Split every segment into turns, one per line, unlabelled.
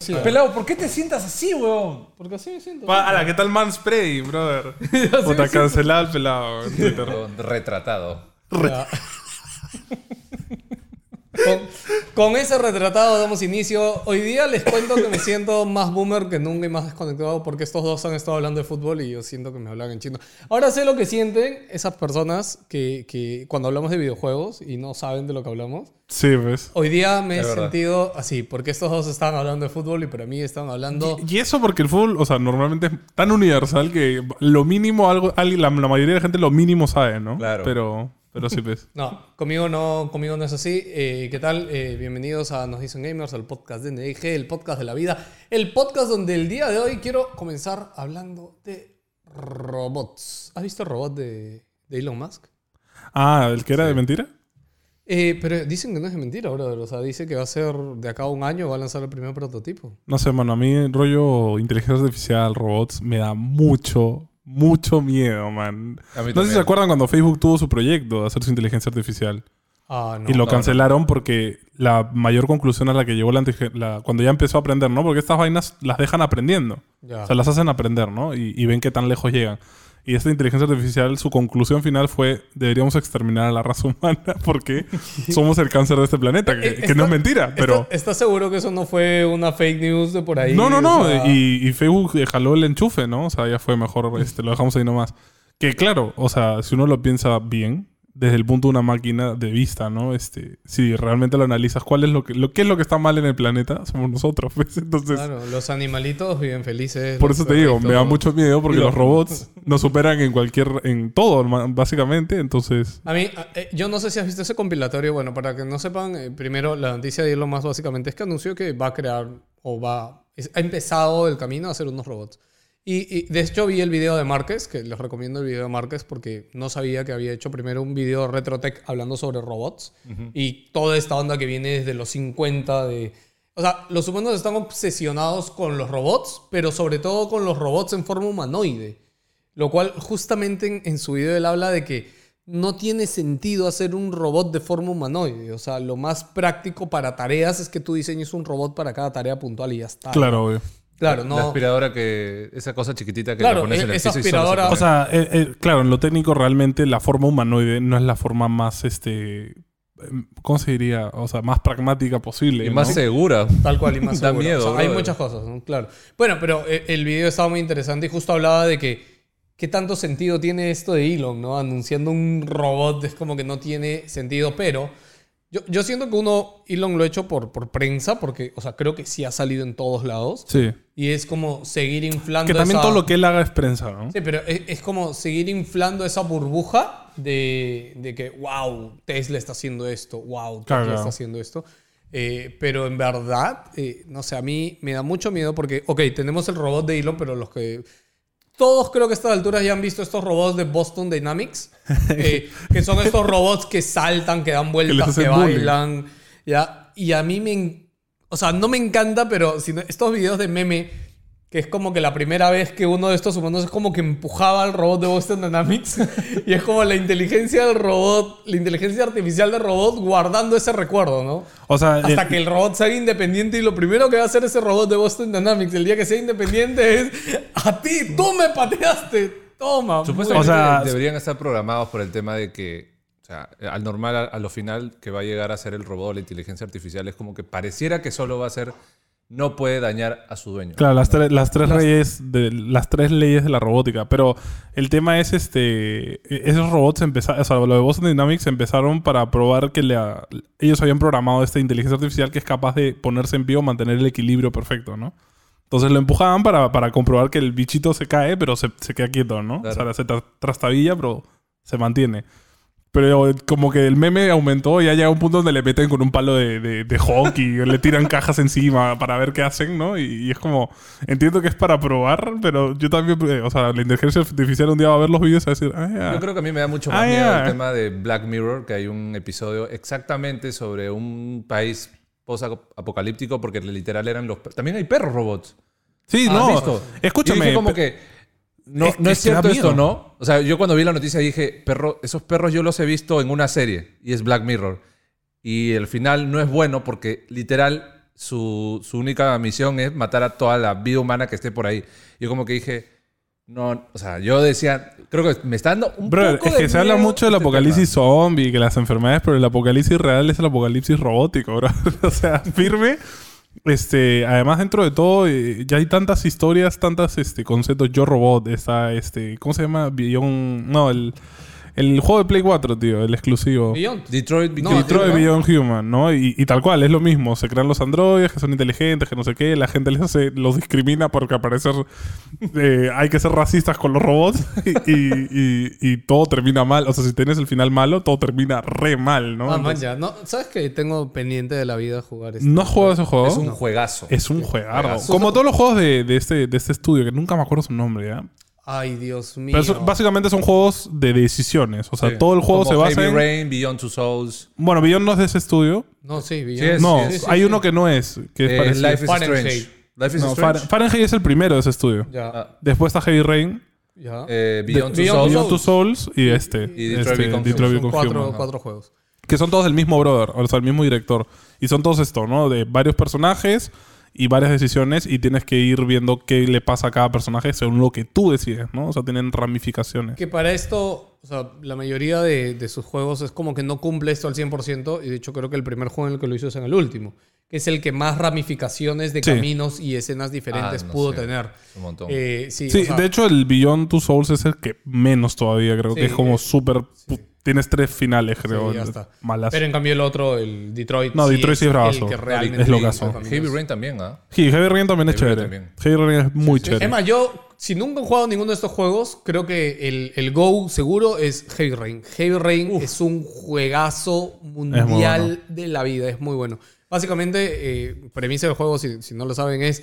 así.
Pelado, ¿por qué te sientas así, weón?
Porque así me siento.
Ala, ¿qué tal Manspreading, brother? Puta, cancelado el pelado en Twitter.
Retratado.
Ya. Con ese retratado damos inicio. Hoy día les cuento que me siento más boomer que nunca y más desconectado porque estos dos han estado hablando de fútbol y yo siento que me hablan en chino. Ahora sé lo que sienten esas personas que cuando hablamos de videojuegos y no saben de lo que hablamos.
Sí, pues.
Hoy día me he
Es verdad.
sentido así porque estos dos estaban hablando de fútbol y para mí estaban hablando...
Y eso porque el fútbol, o sea, normalmente es tan universal que lo mínimo, la mayoría de la gente lo mínimo sabe, ¿no?
Claro.
Pero sí, pues.
No, conmigo no es así. ¿Qué tal? Bienvenidos a Nos Dicen Gamers, al podcast de NDG, el podcast de la vida. El podcast donde el día de hoy quiero comenzar hablando de robots. ¿Has visto el robot de Elon Musk?
Ah, ¿el que era de mentira?
Pero dicen que no es de mentira, brother. O sea, dice que va a ser de acá a un año, va a lanzar el primer prototipo.
No sé, mano, a mí el rollo inteligencia artificial, robots, me da mucho miedo, man.
A mí
No sé si se
también.
acuerdan cuando Facebook tuvo su proyecto de hacer su inteligencia artificial.
Ah, no.
Y lo cancelaron porque la mayor conclusión a la que llegó cuando ya empezó a aprender, ¿no? Porque estas vainas las dejan aprendiendo.
Ya.
O sea, las hacen aprender, ¿no? Y ven qué tan lejos llegan. Y esta inteligencia artificial, su conclusión final fue: deberíamos exterminar a la raza humana porque somos el cáncer de este planeta. Que no es mentira, pero...
¿Estás seguro que eso no fue una fake news de por ahí?
No.
O sea,
Y Facebook jaló el enchufe, ¿no? O sea, ya fue mejor, lo dejamos ahí nomás. Que claro, o sea, si uno lo piensa bien, desde el punto de una máquina de vista, ¿no? Si realmente lo analizas, ¿qué es lo que está mal en el planeta? Somos nosotros, pues. Entonces,
Claro, los animalitos viven felices.
por
los
eso te digo,
perritos.
me da mucho miedo porque los robots nos superan en todo, básicamente. Entonces,
A mí, yo no sé si has visto ese compilatorio. Bueno, para que no sepan, primero la noticia de Elon Musk básicamente es que anunció que va a crear ha empezado el camino a hacer unos robots. Y de hecho vi el video de Márquez, que les recomiendo el video de Márquez porque no sabía que había hecho primero un video Retrotech hablando sobre robots y toda esta onda que viene desde los 50 de... O sea, los humanos están obsesionados con los robots, pero sobre todo con los robots en forma humanoide. Lo cual justamente en su video él habla de que no tiene sentido hacer un robot de forma humanoide. O sea, lo más práctico para tareas es que tú diseñes un robot para cada tarea puntual y ya está.
claro, obvio.
Claro,
La
no...
aspiradora esa cosa chiquitita que
Claro,
la pones en el
esa
piso y solo se
aspiradora-
pone.
O sea, claro, en lo técnico realmente la forma humanoide no es la forma más, ¿cómo se diría? O sea, más pragmática posible.
Y más
¿no?
segura.
Tal cual y más
Da
seguro.
miedo,
O sea, hay
brother.
muchas cosas, ¿no? Claro. Bueno, pero el video estaba muy interesante y justo hablaba de que qué tanto sentido tiene esto de Elon, ¿no? Anunciando un robot es como que no tiene sentido, pero yo siento que Elon lo ha hecho por prensa, porque, o sea, creo que sí ha salido en todos lados.
Sí.
Y es como seguir inflando
Que también
esa...
todo lo que él haga es prensa, ¿no?
Sí, pero es como seguir inflando esa burbuja de que, wow, Tesla está haciendo esto, wow, Tesla
Claro.
está haciendo esto. Pero en verdad, no sé, a mí me da mucho miedo porque, ok, tenemos el robot de Elon, pero todos creo que a estas alturas ya han visto estos robots de Boston Dynamics, que son estos robots que saltan, que dan
les
vueltas,
hacen
que
bullying.
bailan, ¿ya? Y a mí o sea, no me encanta, pero estos videos de meme, que es como que la primera vez que uno de estos humanos es como que empujaba al robot de Boston Dynamics y es como la inteligencia del robot, la inteligencia artificial del robot guardando ese recuerdo, ¿no?
O sea,
Hasta que el robot sea independiente y lo primero que va a hacer ese robot de Boston Dynamics el día que sea independiente es a ti, tú me pateaste, toma.
Supuestamente
O sea,
deberían estar programados por el tema de que, o sea, al normal, a lo final que va a llegar a ser el robot, la inteligencia artificial, es como que pareciera que solo va a ser, no puede dañar a su dueño.
claro, las tres leyes de la robótica. Pero el tema es esos robots empezaron, o sea, lo de Boston Dynamics empezaron para probar que ellos habían programado esta inteligencia artificial que es capaz de ponerse en pie o mantener el equilibrio perfecto, ¿no? Entonces lo empujaban para comprobar que el bichito se cae, pero se queda quieto, ¿no?
Claro.
O sea, se trastabilla, pero se mantiene. Pero como que el meme aumentó y ya llega un punto donde le meten con un palo de hockey, le tiran cajas encima para ver qué hacen, ¿no? Y es como, entiendo que es para probar, pero yo también, o sea, la inteligencia artificial un día va a ver los vídeos y va a decir, ya.
Yo creo que a mí me da mucho más miedo el tema de Black Mirror, que hay un episodio exactamente sobre un país post-apocalíptico, porque literal eran también hay perros robots.
Sí,
¿Has
no,
visto?
escúchame.
Y dije como que no es
que da
cierto
miedo.
esto, ¿no? O sea, yo cuando vi la noticia dije, esos perros yo los he visto en una serie y es Black Mirror. Y el final no es bueno porque literal su única misión es matar a toda la vida humana que esté por ahí. Yo como que dije, no, o sea, yo decía, creo que me está dando un
Brother,
poco
es
de
que se habla
miedo
mucho del
este
apocalipsis zombie, que las enfermedades, pero el apocalipsis real es el apocalipsis robótico, bro. O sea, firme. Además, dentro de todo, ya hay tantas historias, tantos conceptos. Yo Robot, está, ¿cómo se llama? Beyond... No, el juego de Play 4, tío, el exclusivo.
Beyond.
Detroit,
No,
Detroit
¿no?
Beyond Human, ¿no? Y tal cual, es lo mismo. Se crean los androides que son inteligentes, que no sé qué. La gente los discrimina porque al parecer hay que ser racistas con los robots y todo termina mal. O sea, si tienes el final malo, todo termina re mal, ¿no?
Ah, man,
Entonces,
ya. No, ¿sabes que tengo pendiente de la vida jugar este?
¿no has jugado ese juego?
es un juegazo.
Es un juegardo.
Juegazo.
Como todos los juegos de este estudio, que nunca me acuerdo su nombre, ¿ya?
Ay, Dios mío.
Pero básicamente son juegos de decisiones. O sea,
Sí.
todo el juego
Como
se basa
Heavy
en...
Rain, Beyond Two Souls.
Bueno, Beyond no es de ese estudio.
No, sí,
Sí,
Beyond.
es-
No,
sí,
hay
sí.
uno que no es. Que es parecido.
Life is
Fahrenheit.
Strange. Life is
No,
Strange.
Fahrenheit es el primero de ese estudio.
Ya,
Ah,
Después está Heavy Rain,
ya.
Beyond Two
Beyond
Souls.
Beyond Two Souls y
Y Detroit Become
Detroit
Son
Become Human.
cuatro juegos.
Que son todos del mismo brother, o sea, el mismo director. Y son todos esto, ¿no? De varios personajes y varias decisiones y tienes que ir viendo qué le pasa a cada personaje según lo que tú decides, ¿no? O sea, tienen ramificaciones.
Que para esto, o sea, la mayoría de sus juegos es como que no cumple esto al 100%. Y de hecho creo que el primer juego en el que lo hizo es en el último. Que es el que más ramificaciones de
Sí.
caminos y escenas diferentes
no
pudo
sé.
tener.
Un montón.
Sí,
Sí,
o sea,
de hecho el Beyond Two Souls es el que menos todavía, creo
Sí,
que es como súper... Tienes 3 finales, creo.
sí, ya está.
Malas.
Pero en cambio el otro, el Detroit.
No, Detroit sí es bravazo.
el que realmente
Es locazo.
hizo caminos.
Heavy Rain también, ¿ah?
Sí, Heavy Rain también es
Heavy Rain
chévere.
también.
Heavy Rain es muy chévere.
Es más, yo, si nunca he jugado ninguno de estos juegos, creo que el Go seguro es Heavy Rain. Heavy Rain es un juegazo mundial
bueno.
de la vida. Es muy bueno. Básicamente, premisa del juego, si no lo saben, es...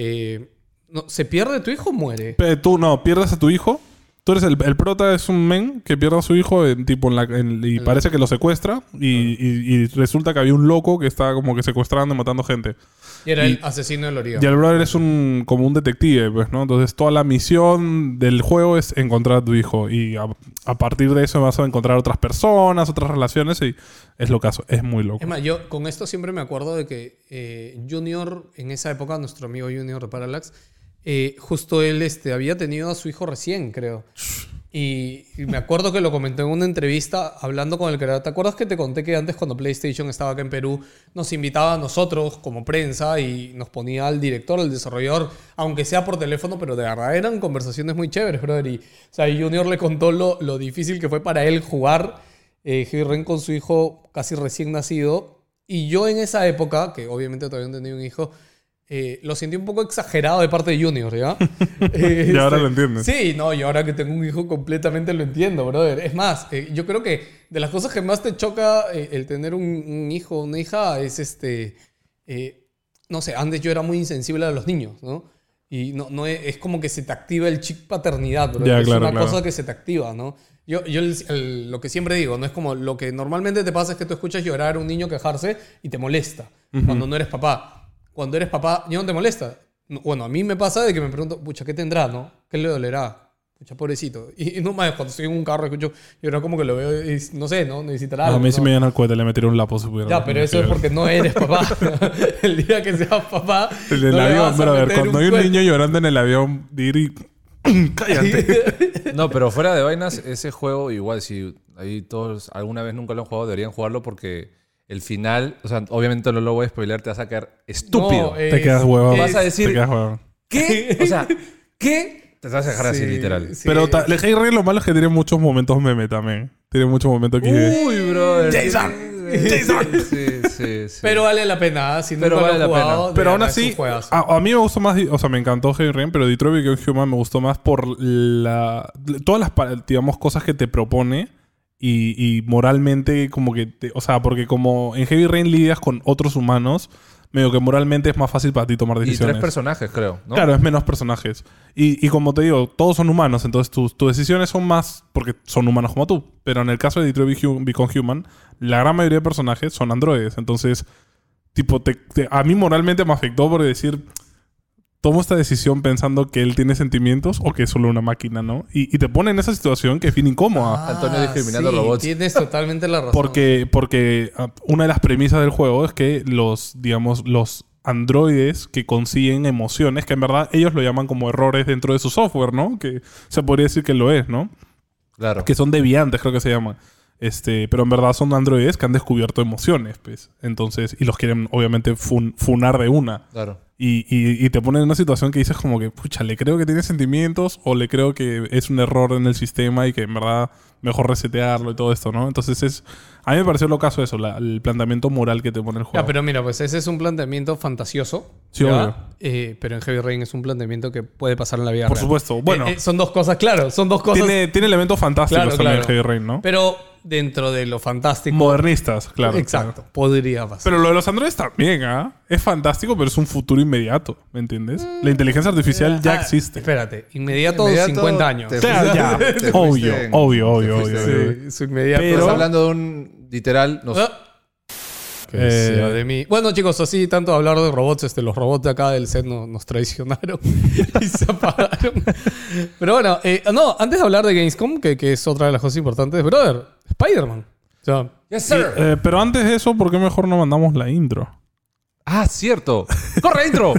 ¿se pierde tu hijo o muere?
Tú no, pierdes a tu hijo. Tú eres el prota es un men que pierde a su hijo y parece que lo secuestra y resulta que había un loco que estaba como que secuestrando y matando gente.
Y era el asesino del Orión.
Y el brother es como un detective, pues, ¿no? Entonces toda la misión del juego es encontrar a tu hijo y a partir de eso vas a encontrar otras personas, otras relaciones y es locazo, es muy loco.
Es más, yo con esto siempre me acuerdo de que Junior, en esa época, nuestro amigo Junior de Parallax, justo él había tenido a su hijo recién, creo. Y me acuerdo que lo comentó en una entrevista hablando con el creador. ¿Te acuerdas que te conté que antes cuando PlayStation estaba acá en Perú nos invitaba a nosotros como prensa y nos ponía al director, al desarrollador, aunque sea por teléfono, pero de verdad eran conversaciones muy chéveres, brother? Y, o sea, Junior le contó lo difícil que fue para él jugar Heavy Rain con su hijo casi recién nacido. Y yo en esa época, que obviamente todavía no tenía un hijo, lo sentí un poco exagerado de parte de Junior, ¿ya?
Y ahora lo entiendes.
Sí, no, y ahora que tengo un hijo completamente lo entiendo, brother. Es más, yo creo que de las cosas que más te choca el tener un hijo o una hija es no sé, antes yo era muy insensible a los niños, ¿no? Y no es como que se te activa el chip paternidad, brother.
Ya,
Es
claro,
una
claro.
cosa que se te activa, ¿no? Yo lo que siempre digo, no es como lo que normalmente te pasa es que tú escuchas llorar a un niño quejarse y te molesta cuando no eres papá. Cuando eres papá, ya no te molesta. Bueno, a mí me pasa de que me pregunto, pucha, ¿qué tendrá, no? ¿Qué le dolerá? Pucha, pobrecito. Y no más, cuando estoy en un carro escucho llorar como que lo veo y no sé, ¿no? Necesitará algo.
A mí si
¿no?
me llena el cohete, le metería un lapo si pudiera.
Ya, pero eso es porque no eres papá. El día que seas papá,
El del
no le
avión,
vas a
brother.
meter
Cuando hay un
cohete.
niño llorando en el avión, Diri... ¡Cállate!
No, pero fuera de vainas, ese juego igual, si ahí todos alguna vez nunca lo han jugado, deberían jugarlo porque el final, o sea, obviamente no lo voy a spoiler, te vas a quedar estúpido.
No,
Te quedas huevón.
Vas a decir-
Te quedas huevón.
¿Qué? O sea, ¿qué? Te vas a dejar así,
Sí,
literal.
sí.
Pero el Heavy Rain lo malo es que tiene muchos momentos meme también. Tiene muchos momentos aquí de...
Uy, brother.
Jason.
Sí.
Pero vale la pena, si
Pero
nunca
vale
lo he
la pena.
jugado. de
Pero aún
verdad, es un
así,
juegazo.
a mí me gustó más, o sea, me encantó Heavy Rain, pero Detroit Become Human me gustó más por todas las, digamos, cosas que te propone y moralmente como que, o sea, porque como en Heavy Rain lidias con otros humanos, medio que moralmente es más fácil para ti tomar
Y
decisiones.
3 personajes, creo, ¿no?
Claro, es menos personajes. Y como te digo, todos son humanos, entonces tus decisiones son más porque son humanos como tú. Pero en el caso de Detroit Become Human, la gran mayoría de personajes son androides. Entonces, tipo, a mí moralmente me afectó por decir, tomo esta decisión pensando que él tiene sentimientos o que es solo una máquina, ¿no? Y te pone en esa situación que es bien incómoda.
Antonio discriminando robots.
Tienes totalmente la razón.
Porque una de las premisas del juego es que los androides que consiguen emociones, que en verdad ellos lo llaman como errores dentro de su software, ¿no? Que se podría decir que lo es, ¿no?
Claro.
Que son deviantes, creo que se llaman. Pero en verdad son androides que han descubierto emociones, pues. Entonces, y los quieren obviamente funar de una.
Claro.
Y te ponen en una situación que dices como que, pucha, le creo que tiene sentimientos o le creo que es un error en el sistema y que en verdad mejor resetearlo y todo esto, ¿no? Entonces a mí me pareció lo caso eso, el planteamiento moral que te pone el juego.
Ya, pero mira, pues ese es un planteamiento fantasioso.
Sí,
¿ya? Pero en Heavy Rain es un planteamiento que puede pasar en la vida
Por
real.
supuesto. Bueno,
son dos cosas, claro. Son dos cosas.
tiene elementos fantásticos también el Heavy Rain, ¿no?
Pero dentro de lo fantástico.
Modernistas, claro.
Exacto.
Claro.
Podría pasar.
Pero lo de los androides también, ¿ah? Es fantástico, pero es un futuro inmediato, ¿me entiendes? La inteligencia artificial ya existe.
Espérate. Inmediato 50 años.
Claro, ya. Obvio.
Sí, su inmediato.
Pero-
Estás hablando de un literal.
Que sea de mí. Bueno, chicos, así tanto hablar de robots, los robots de acá del set nos traicionaron y se apagaron. Pero bueno, no, antes de hablar de Gamescom, que es otra de las cosas importantes, brother, Spider-Man. O sea,
Yes, sir.
Pero antes de eso, ¿por qué mejor no mandamos la intro?
Ah, cierto. ¡Corre, intro!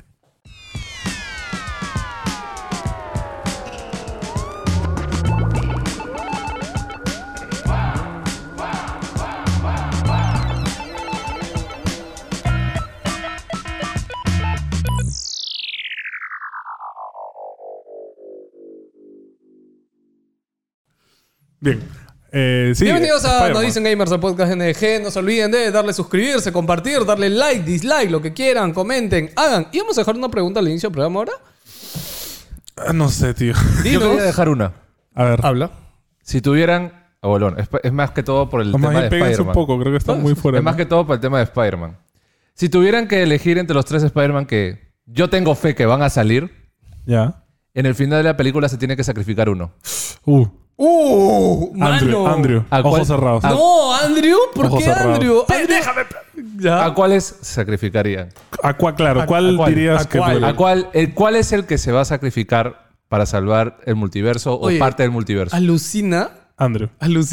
Bien. Sí,
bienvenidos a
Spider-Man.
Nos Dicen Gamers, el podcast NG. No se olviden de darle suscribirse, compartir, darle like, dislike, lo que quieran, comenten, hagan. Y vamos a dejar una pregunta al inicio del programa ahora.
No sé, tío.
Yo
Dinos.
quería dejar una.
A ver.
Habla.
Si tuvieran... Bolón, es más que todo por el
Más
tema de
bien péguense un
Spider-Man.
poco, creo que está muy fuera.
Es más que todo por el tema de Spider-Man. Si tuvieran que elegir entre los 3 Spider-Man que yo tengo fe que van a salir,
Ya.
en el final de la película se tiene que sacrificar uno.
Mano.
Andrew.
¿A cuál?
Ojos cerrados.
No, Andrew. ¿Por
Ojos
qué
cerrados.
Andrew? Déjame. Ya.
¿A cuáles sacrificarían?
Claro. ¿Cuál
¿A cuál?
dirías
¿A
que
cuál?
podría?
¿Cuál es el que se va a sacrificar para salvar el multiverso
Oye,
o parte del multiverso?
Alucina.
Andrew.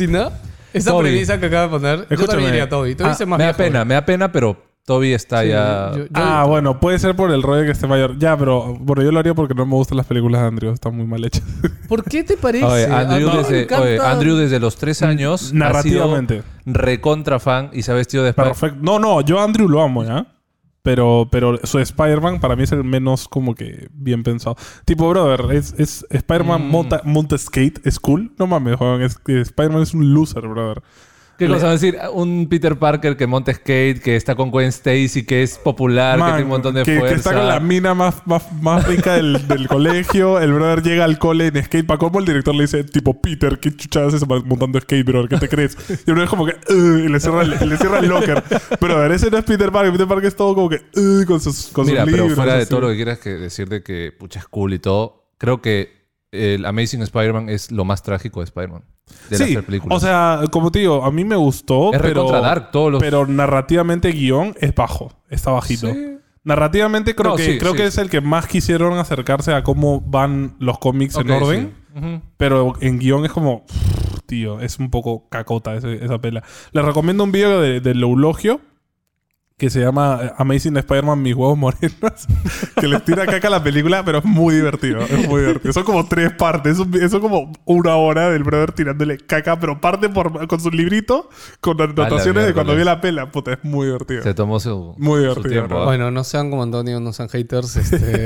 Esa
Toby.
premisa que acaba de poner. Yo
Escúchame.
también diría Toby. Toby es el más
me da
viejo.
me da pena, pero Toby está
Sí,
ya...
Bueno, puede ser por el rollo que esté mayor. Ya, pero bueno, yo lo haría porque no me gustan las películas de Andrew. Están muy mal hechas.
¿Por qué te parece?
Oye,
A mí me encanta-
Andrew desde los 3 años
Narrativamente.
ha sido recontra fan y se ha vestido de Spider-Man.
Perfecto. No, yo a Andrew lo amo, ¿ya? Pero su Spider-Man para mí es el menos como que bien pensado. Tipo, brother, es Spider-Man monta skate, es cool. No mames, joven, es que Spider-Man es un loser, brother.
¿Qué cosa va a decir? Un Peter Parker que monta skate, que está con Gwen Stacy, que es popular, que
Man,
tiene un montón de
que
fuerza.
está con la mina más rica del colegio. El brother llega al cole en skate. Para cómo el director le dice, tipo, Peter, ¿qué chucha haces montando skate, brother? ¿Qué te crees? Y el brother es como que, y le cierra el locker. Brother, ese no es Peter Parker. Peter Parker es todo como que, con sus
Mira,
libros.
pero fuera de
así.
todo lo que quieras que decir de que pucha es cool y todo, creo que el Amazing Spider-Man es lo más trágico de Spider-Man. De las
Sí,
tres películas.
o sea, como te digo, a mí me gustó,
es
pero,
recontra dark, todos los...
pero narrativamente guión es bajo, está bajito.
Sí.
Narrativamente creo
No,
que,
sí,
creo
sí,
que
sí.
es el que más quisieron acercarse a cómo van los cómics en
Ok,
orden,
sí. Ujú.
pero en guión es como, tío, es un poco cacota esa pela. Les recomiendo un video de Loulogio que se llama Amazing Spider-Man Mis Huevos Morenos, que les tira caca a la película, pero es muy divertido. Es muy divertido. Son como 3 partes. Son como 1 hora del brother tirándole caca, pero parte con su librito, con anotaciones de cuando
miércoles.
vio la pela. Puta, es muy divertido.
Se tomó su,
Muy
su
divertido,
tiempo.
¿no?
¿ah?
Bueno, no sean como Antonio, no sean haters.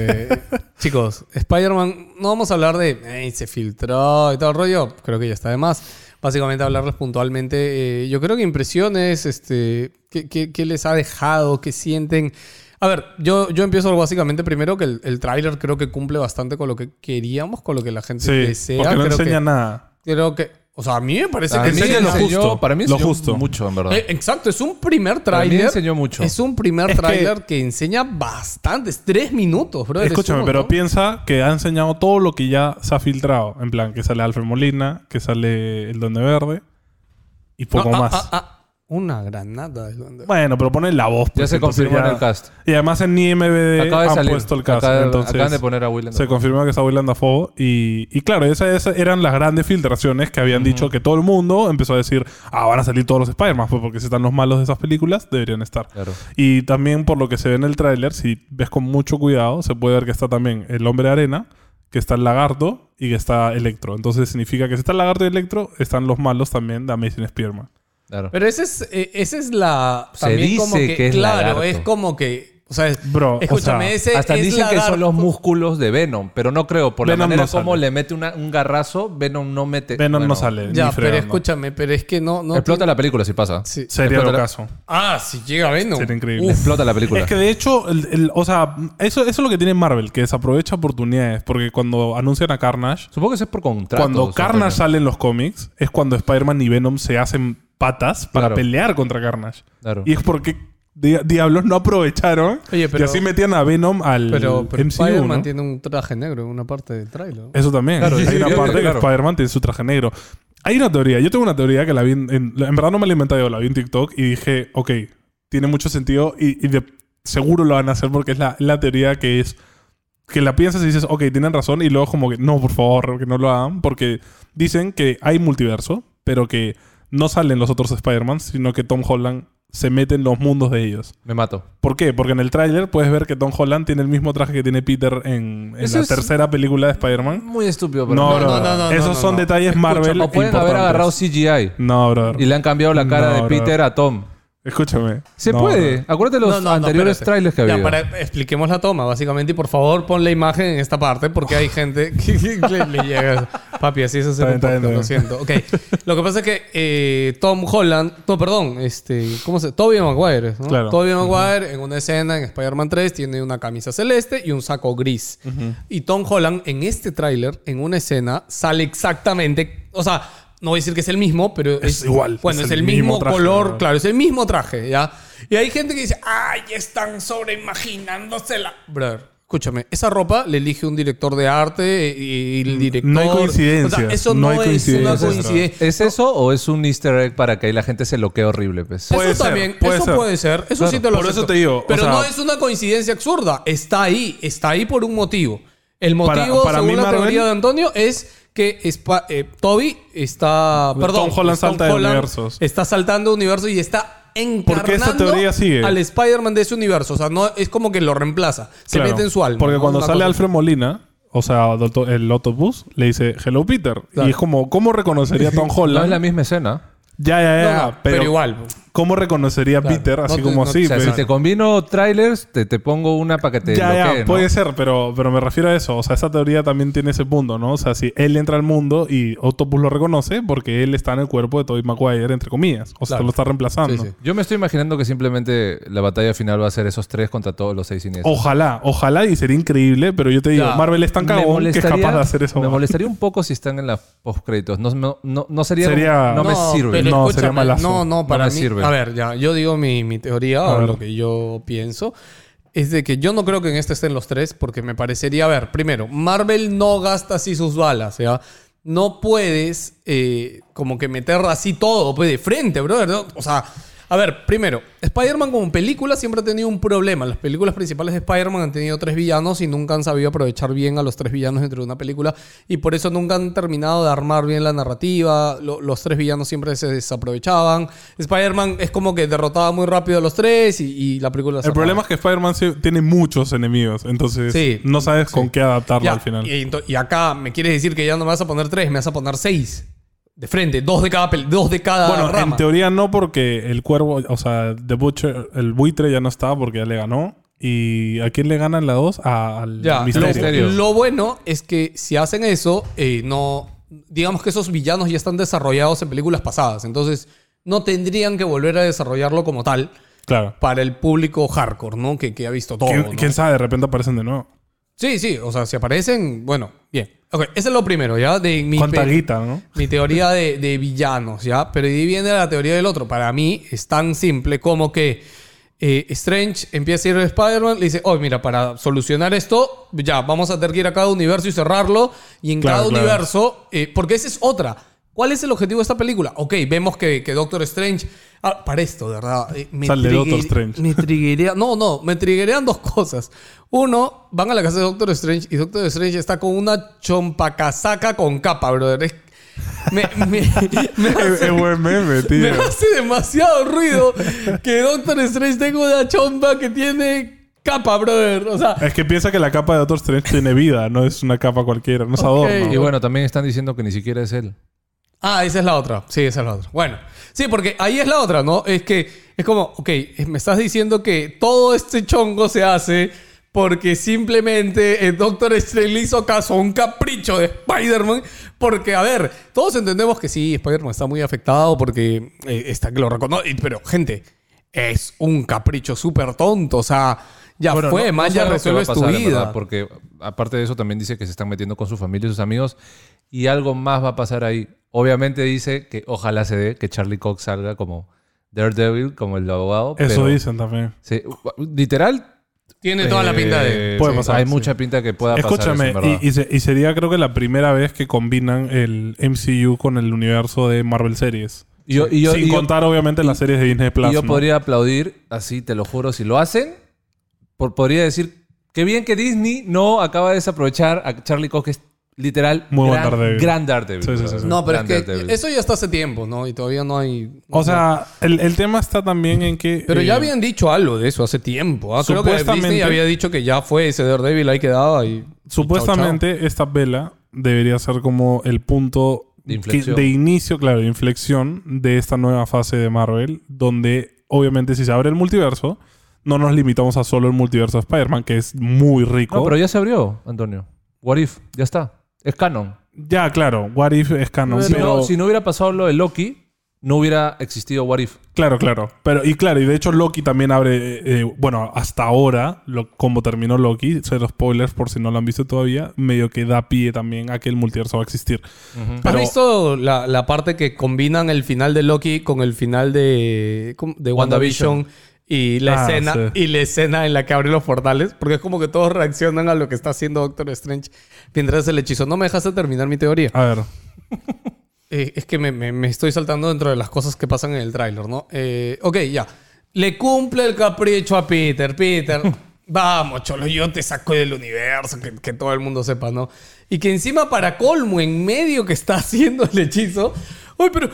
Chicos, Spider-Man, no vamos a hablar de se filtró y todo el rollo. Creo que ya está de más. Básicamente hablarles puntualmente. Yo creo que impresiones, ¿qué les ha dejado? ¿Qué sienten? A ver, yo empiezo básicamente primero que el tráiler creo que cumple bastante con lo que queríamos, con lo que la gente
Sí,
desea.
porque no
creo
enseña
que,
nada.
Creo que... O sea, a mí me parece
A
que
mí
enseña lo
enseñó-
justo,
Para mí
lo
enseñó
justo.
mucho, en verdad.
Exacto, es un primer
Para mí
tráiler.
enseñó mucho.
Es un primer
Es que-
tráiler que enseña bastante. Es 3 minutos, bro.
Escúchame, pero piensa que ha enseñado todo lo que ya se ha filtrado. En plan, que sale Alfred Molina, que sale el Duende Verde y poco más.
Una granada de duende.
Bueno, pero ponen la voz.
Ya
pues,
se
entonces
confirmó en el cast.
Y además en IMDb
Acaba de
han
salir.
puesto el cast. Entonces,
Acaban de poner a Willem
se
Dafoe.
confirmó que está Willem Dafoe. Y claro, esas eran las grandes filtraciones que habían dicho que todo el mundo empezó a decir, van a salir todos los Spider-Man, pues porque si están los malos de esas películas, deberían estar.
Claro.
Y también por lo que se ve en el tráiler, si ves con mucho cuidado, se puede ver que está también el Hombre de Arena, que está el Lagarto y que está Electro. Entonces significa que si está el Lagarto y Electro, están los malos también de Amazing Spider-Man.
Claro.
Pero esa es la...
Se
También
dice
como que
es
claro,
lagarto.
es como que... O sea,
Bro,
escúchame,
o sea,
ese
Hasta
es
dicen que son
lagarto.
los músculos de Venom, pero no creo. Por la
Venom
manera
no sale.
como le mete un garrazo, Venom no mete...
Venom
bueno,
no sale.
Ya,
ni
pero
fregando.
escúchame, pero es que no
Explota
tiene-
la película si pasa.
Sí.
Sería
Explota
lo
la-
caso.
Si llega Venom.
Sería increíble.
Uf.
Explota la película.
Es que de hecho, o sea, eso es lo que tiene Marvel, que desaprovecha oportunidades. Porque cuando anuncian a Carnage,
Supongo que eso es por contrato.
cuando
o sea,
Carnage
coño.
sale en los cómics, es cuando Spider-Man y Venom se hacen patas para
Claro.
pelear contra Carnage.
Claro.
Y es porque diablos no aprovecharon.
Oye, pero-
y así metían a Venom al
Pero
MCU,
Spider-Man
¿no?
tiene un traje negro en una parte del trailer.
Eso también.
Claro,
Hay
sí,
una
sí,
parte
claro.
que Spider-Man tiene su traje negro. Hay una teoría. Yo tengo una teoría que la vi en verdad no me la he inventado yo, la vi en TikTok y dije, ok, tiene mucho sentido y seguro lo van a hacer porque es la teoría que es que la piensas y dices, ok, tienen razón y luego como que no, por favor, que no lo hagan porque dicen que hay multiverso, pero que no salen los otros Spider-Man, sino que Tom Holland se mete en los mundos de ellos.
Me mato.
¿Por qué? Porque en el tráiler puedes ver que Tom Holland tiene el mismo traje que tiene Peter en
Eso
la
es
tercera película de Spider-Man.
Muy estúpido, pero...
No,
No,
bro.
no, no,
Esos
no,
son
no.
detalles Marvel
O pueden haber
importantes.
agarrado CGI
No, bro.
y le han cambiado la cara
No,
de
bro.
Peter a Tom.
Escúchame.
Se
No,
puede.
bro.
Acuérdate de los anteriores
espérate.
trailers que
Ya,
había.
expliquemos la toma, básicamente. Y por favor, pon la imagen en esta parte porque hay gente que le llega. Papi, así se hace un
Está bien,
podcast,
está bien.
lo siento. Ok. Lo que pasa es que Tom Holland... No, perdón. ¿Cómo se...? Tobey Maguire, ¿no?
Claro.
Tobey Maguire en una escena en Spider-Man 3 tiene una camisa celeste y un saco gris. Y Tom Holland en este tráiler, en una escena, sale exactamente... O sea... No voy a decir que es el mismo, pero
Es igual.
Bueno, es el mismo
traje,
color,
¿no?
claro, es el mismo traje, ¿ya? Y hay gente que dice, ¡ay, están sobreimaginándosela! Brother, escúchame, esa ropa le elige un director de arte y el director...
No hay coincidencias,
O sea, eso
no
no,
hay
es
coincidencias,
una
bro.
coincidencia.
¿Es eso o es un easter egg para que ahí la gente se loquee horrible? Pues?
Puede
Eso
ser,
también,
puede
eso
ser.
puede ser. Eso
Claro,
sí te lo
por eso
acepto.
te digo, o
Pero
sea-
no es una coincidencia absurda. Está ahí por un motivo. El motivo,
para
según
mí,
la
Marvel-
teoría de Antonio, es que Toby está... Perdón,
Tom Holland salta de universos.
Está saltando de universo y está
Porque esta
encarnando
teoría sigue.
al Spider-Man de ese universo. O sea, no es como que lo reemplaza. Se
Claro.
mete en su alma.
Porque
¿no?
cuando
Una
sale
cosa
Alfred Molina, o sea, el autobús, le dice, hello Peter.
Claro.
Y es como, ¿cómo reconocería Tom Holland?
No es la misma escena.
Ya,
No, pero igual.
¿Cómo reconocería
Claro.
Peter? Así
No te-
como
no-
así.
O sea,
pues.
si te combino trailers, te pongo una para que te
Ya,
bloquee, ¿no?
puede ser, pero me refiero a eso. O sea, esa teoría también tiene ese punto, ¿no? O sea, si él entra al mundo y Octopus lo reconoce porque él está en el cuerpo de Tobey Maguire, entre comillas. O sea,
Claro.
lo está reemplazando.
Sí, sí.
Yo me estoy imaginando que simplemente la batalla final va a ser esos tres contra todos los 6 siniestros.
Ojalá y sería increíble, pero yo te digo,
Ya.
Marvel es tan
Me
cagón que es capaz de hacer eso.
Me molestaría un poco si están en la post-créditos. No sería...
Sería-
No me sirve.
pero
No,
escúchame,
sería malazo.
No, para
me
mí...
sirve.
A ver, ya. Yo digo mi teoría,
A
o
ver.
lo que yo pienso, es de que yo no creo que en este estén los tres, porque me parecería... A ver, primero, Marvel no gasta así sus balas, ¿ya? No puedes como que meter así todo pues, de frente, brother, ¿no? O sea... A ver, primero, Spider-Man como película siempre ha tenido un problema. Las películas principales de Spider-Man han tenido 3 villanos y nunca han sabido aprovechar bien a los 3 villanos dentro de una película. Y por eso nunca han terminado de armar bien la narrativa. Los 3 villanos siempre se desaprovechaban. Spider-Man es como que derrotaba muy rápido a los 3 y la película...
El problema es que Spider-Man tiene muchos enemigos, entonces
Sí.
no sabes con qué adaptarlo
Ya,
al final.
y acá me quieres decir que ya no me vas a poner 3, me vas a poner 6. De frente, 2 de cada
Bueno,
rama.
en teoría no, porque el cuervo, o sea, The Butcher, el buitre ya no está porque ya le ganó. ¿Y a quién le ganan la 2? Al
Ya,
Misterio.
lo bueno es que si hacen eso, no... Digamos que esos villanos ya están desarrollados en películas pasadas. Entonces, no tendrían que volver a desarrollarlo como tal
Claro.
para el público hardcore, ¿no? Que ha visto todo, ¿no?
¿Quién sabe? De repente aparecen de nuevo.
Sí. O sea, si aparecen... Bueno, bien. Ok, ese es lo primero, ¿ya? De
¿Cuánta guita, no?
mi teoría de villanos, ¿ya? Pero ahí viene la teoría del otro. Para mí es tan simple como que Strange empieza a ir a Spider-Man, le dice, oh, mira, para solucionar esto, ya, vamos a tener que ir a cada universo y cerrarlo. Y en
Claro,
cada
claro.
universo, porque esa es otra. ¿Cuál es el objetivo de esta película? Ok, vemos que Doctor Strange... para esto, de verdad.
Sale Doctor Strange.
Me triggerea... me triggerean dos cosas. Uno, van a la casa de Doctor Strange y Doctor Strange está con una chompacasaca con capa, brother.
Es buen meme, tío.
Me hace demasiado ruido que Doctor Strange tenga una chompa que tiene capa, brother. O sea...
Es que piensa que la capa de Doctor Strange tiene vida, no es una capa cualquiera, no es adorno.
Y bueno, también están diciendo que ni siquiera es él.
Ah, esa es la otra. Sí, esa es la otra. Bueno, sí, porque ahí es la otra, ¿no? Es que es como, ok, me estás diciendo que todo este chongo se hace porque simplemente el Doctor Strange le hizo caso a un capricho de Spider-Man. Porque, a ver, todos entendemos que sí, Spider-Man está muy afectado porque está que lo reconoce. Pero, gente, es un capricho súper tonto. O sea, ya
Bueno,
fue, más ya resuelves tu vida.
Verdad, porque aparte de eso también dice que se están metiendo con su familia y sus amigos. Y algo más va a pasar ahí. Obviamente dice que ojalá se dé que Charlie Cox salga como Daredevil, como el abogado.
Eso
pero,
dicen también.
Sí, literal.
Tiene toda la pinta de...
Puede pasar,
Hay
sí.
mucha pinta que pueda
Escúchame,
pasar eso, en verdad.
y sería creo que la primera vez que combinan el MCU con el universo de Marvel Series. Sin contar obviamente las series de Disney Plus.
Y yo
¿no?
podría aplaudir, así te lo juro, si lo hacen, podría decir, qué bien que Disney no acaba de desaprovechar a Charlie Cox, que es literal
Muy buen Daredevil.
gran Daredevil.
Sí, sí, sí, sí.
No, pero
Gran
es que
Daredevil.
eso ya está hace tiempo, ¿no? Y todavía no hay...
O sea, el tema está también en que...
Pero ya habían dicho algo de eso hace tiempo. ¿Ah? Creo que
Supuestamente-
Disney había dicho que ya fue ese Daredevil ahí quedaba y...
Supuestamente esta vela debería ser como el punto
De inflexión.
de inicio, claro, de inflexión de esta nueva fase de Marvel, donde obviamente si se abre el multiverso, no nos limitamos a solo el multiverso de Spider-Man, que es muy rico.
No, pero ya se abrió, Antonio. What If, ya está. Es canon.
Ya, claro, What If es canon, pero...
Si no hubiera pasado lo de Loki, no hubiera existido What If.
Claro. Pero, y de hecho Loki también abre... bueno, hasta ahora, como terminó Loki, cero spoilers por si no lo han visto todavía, medio que da pie también a que el multiverso va a existir.
¿Has
Pero-
visto la parte que combinan el final de Loki con el final de WandaVision y la escena
sí.
y la escena en la que abre los portales? Porque es como que todos reaccionan a lo que está haciendo Doctor Strange mientras el hechizo. No me dejaste terminar mi teoría.
A ver,
Es que me estoy saltando dentro de las cosas que pasan en el tráiler, ¿no? Ok, ya. Le cumple el capricho a Peter. Peter, vamos, cholo, yo te saco del universo, que todo el mundo sepa, ¿no? Y que encima, para colmo, en medio que está haciendo el hechizo... Uy, pero,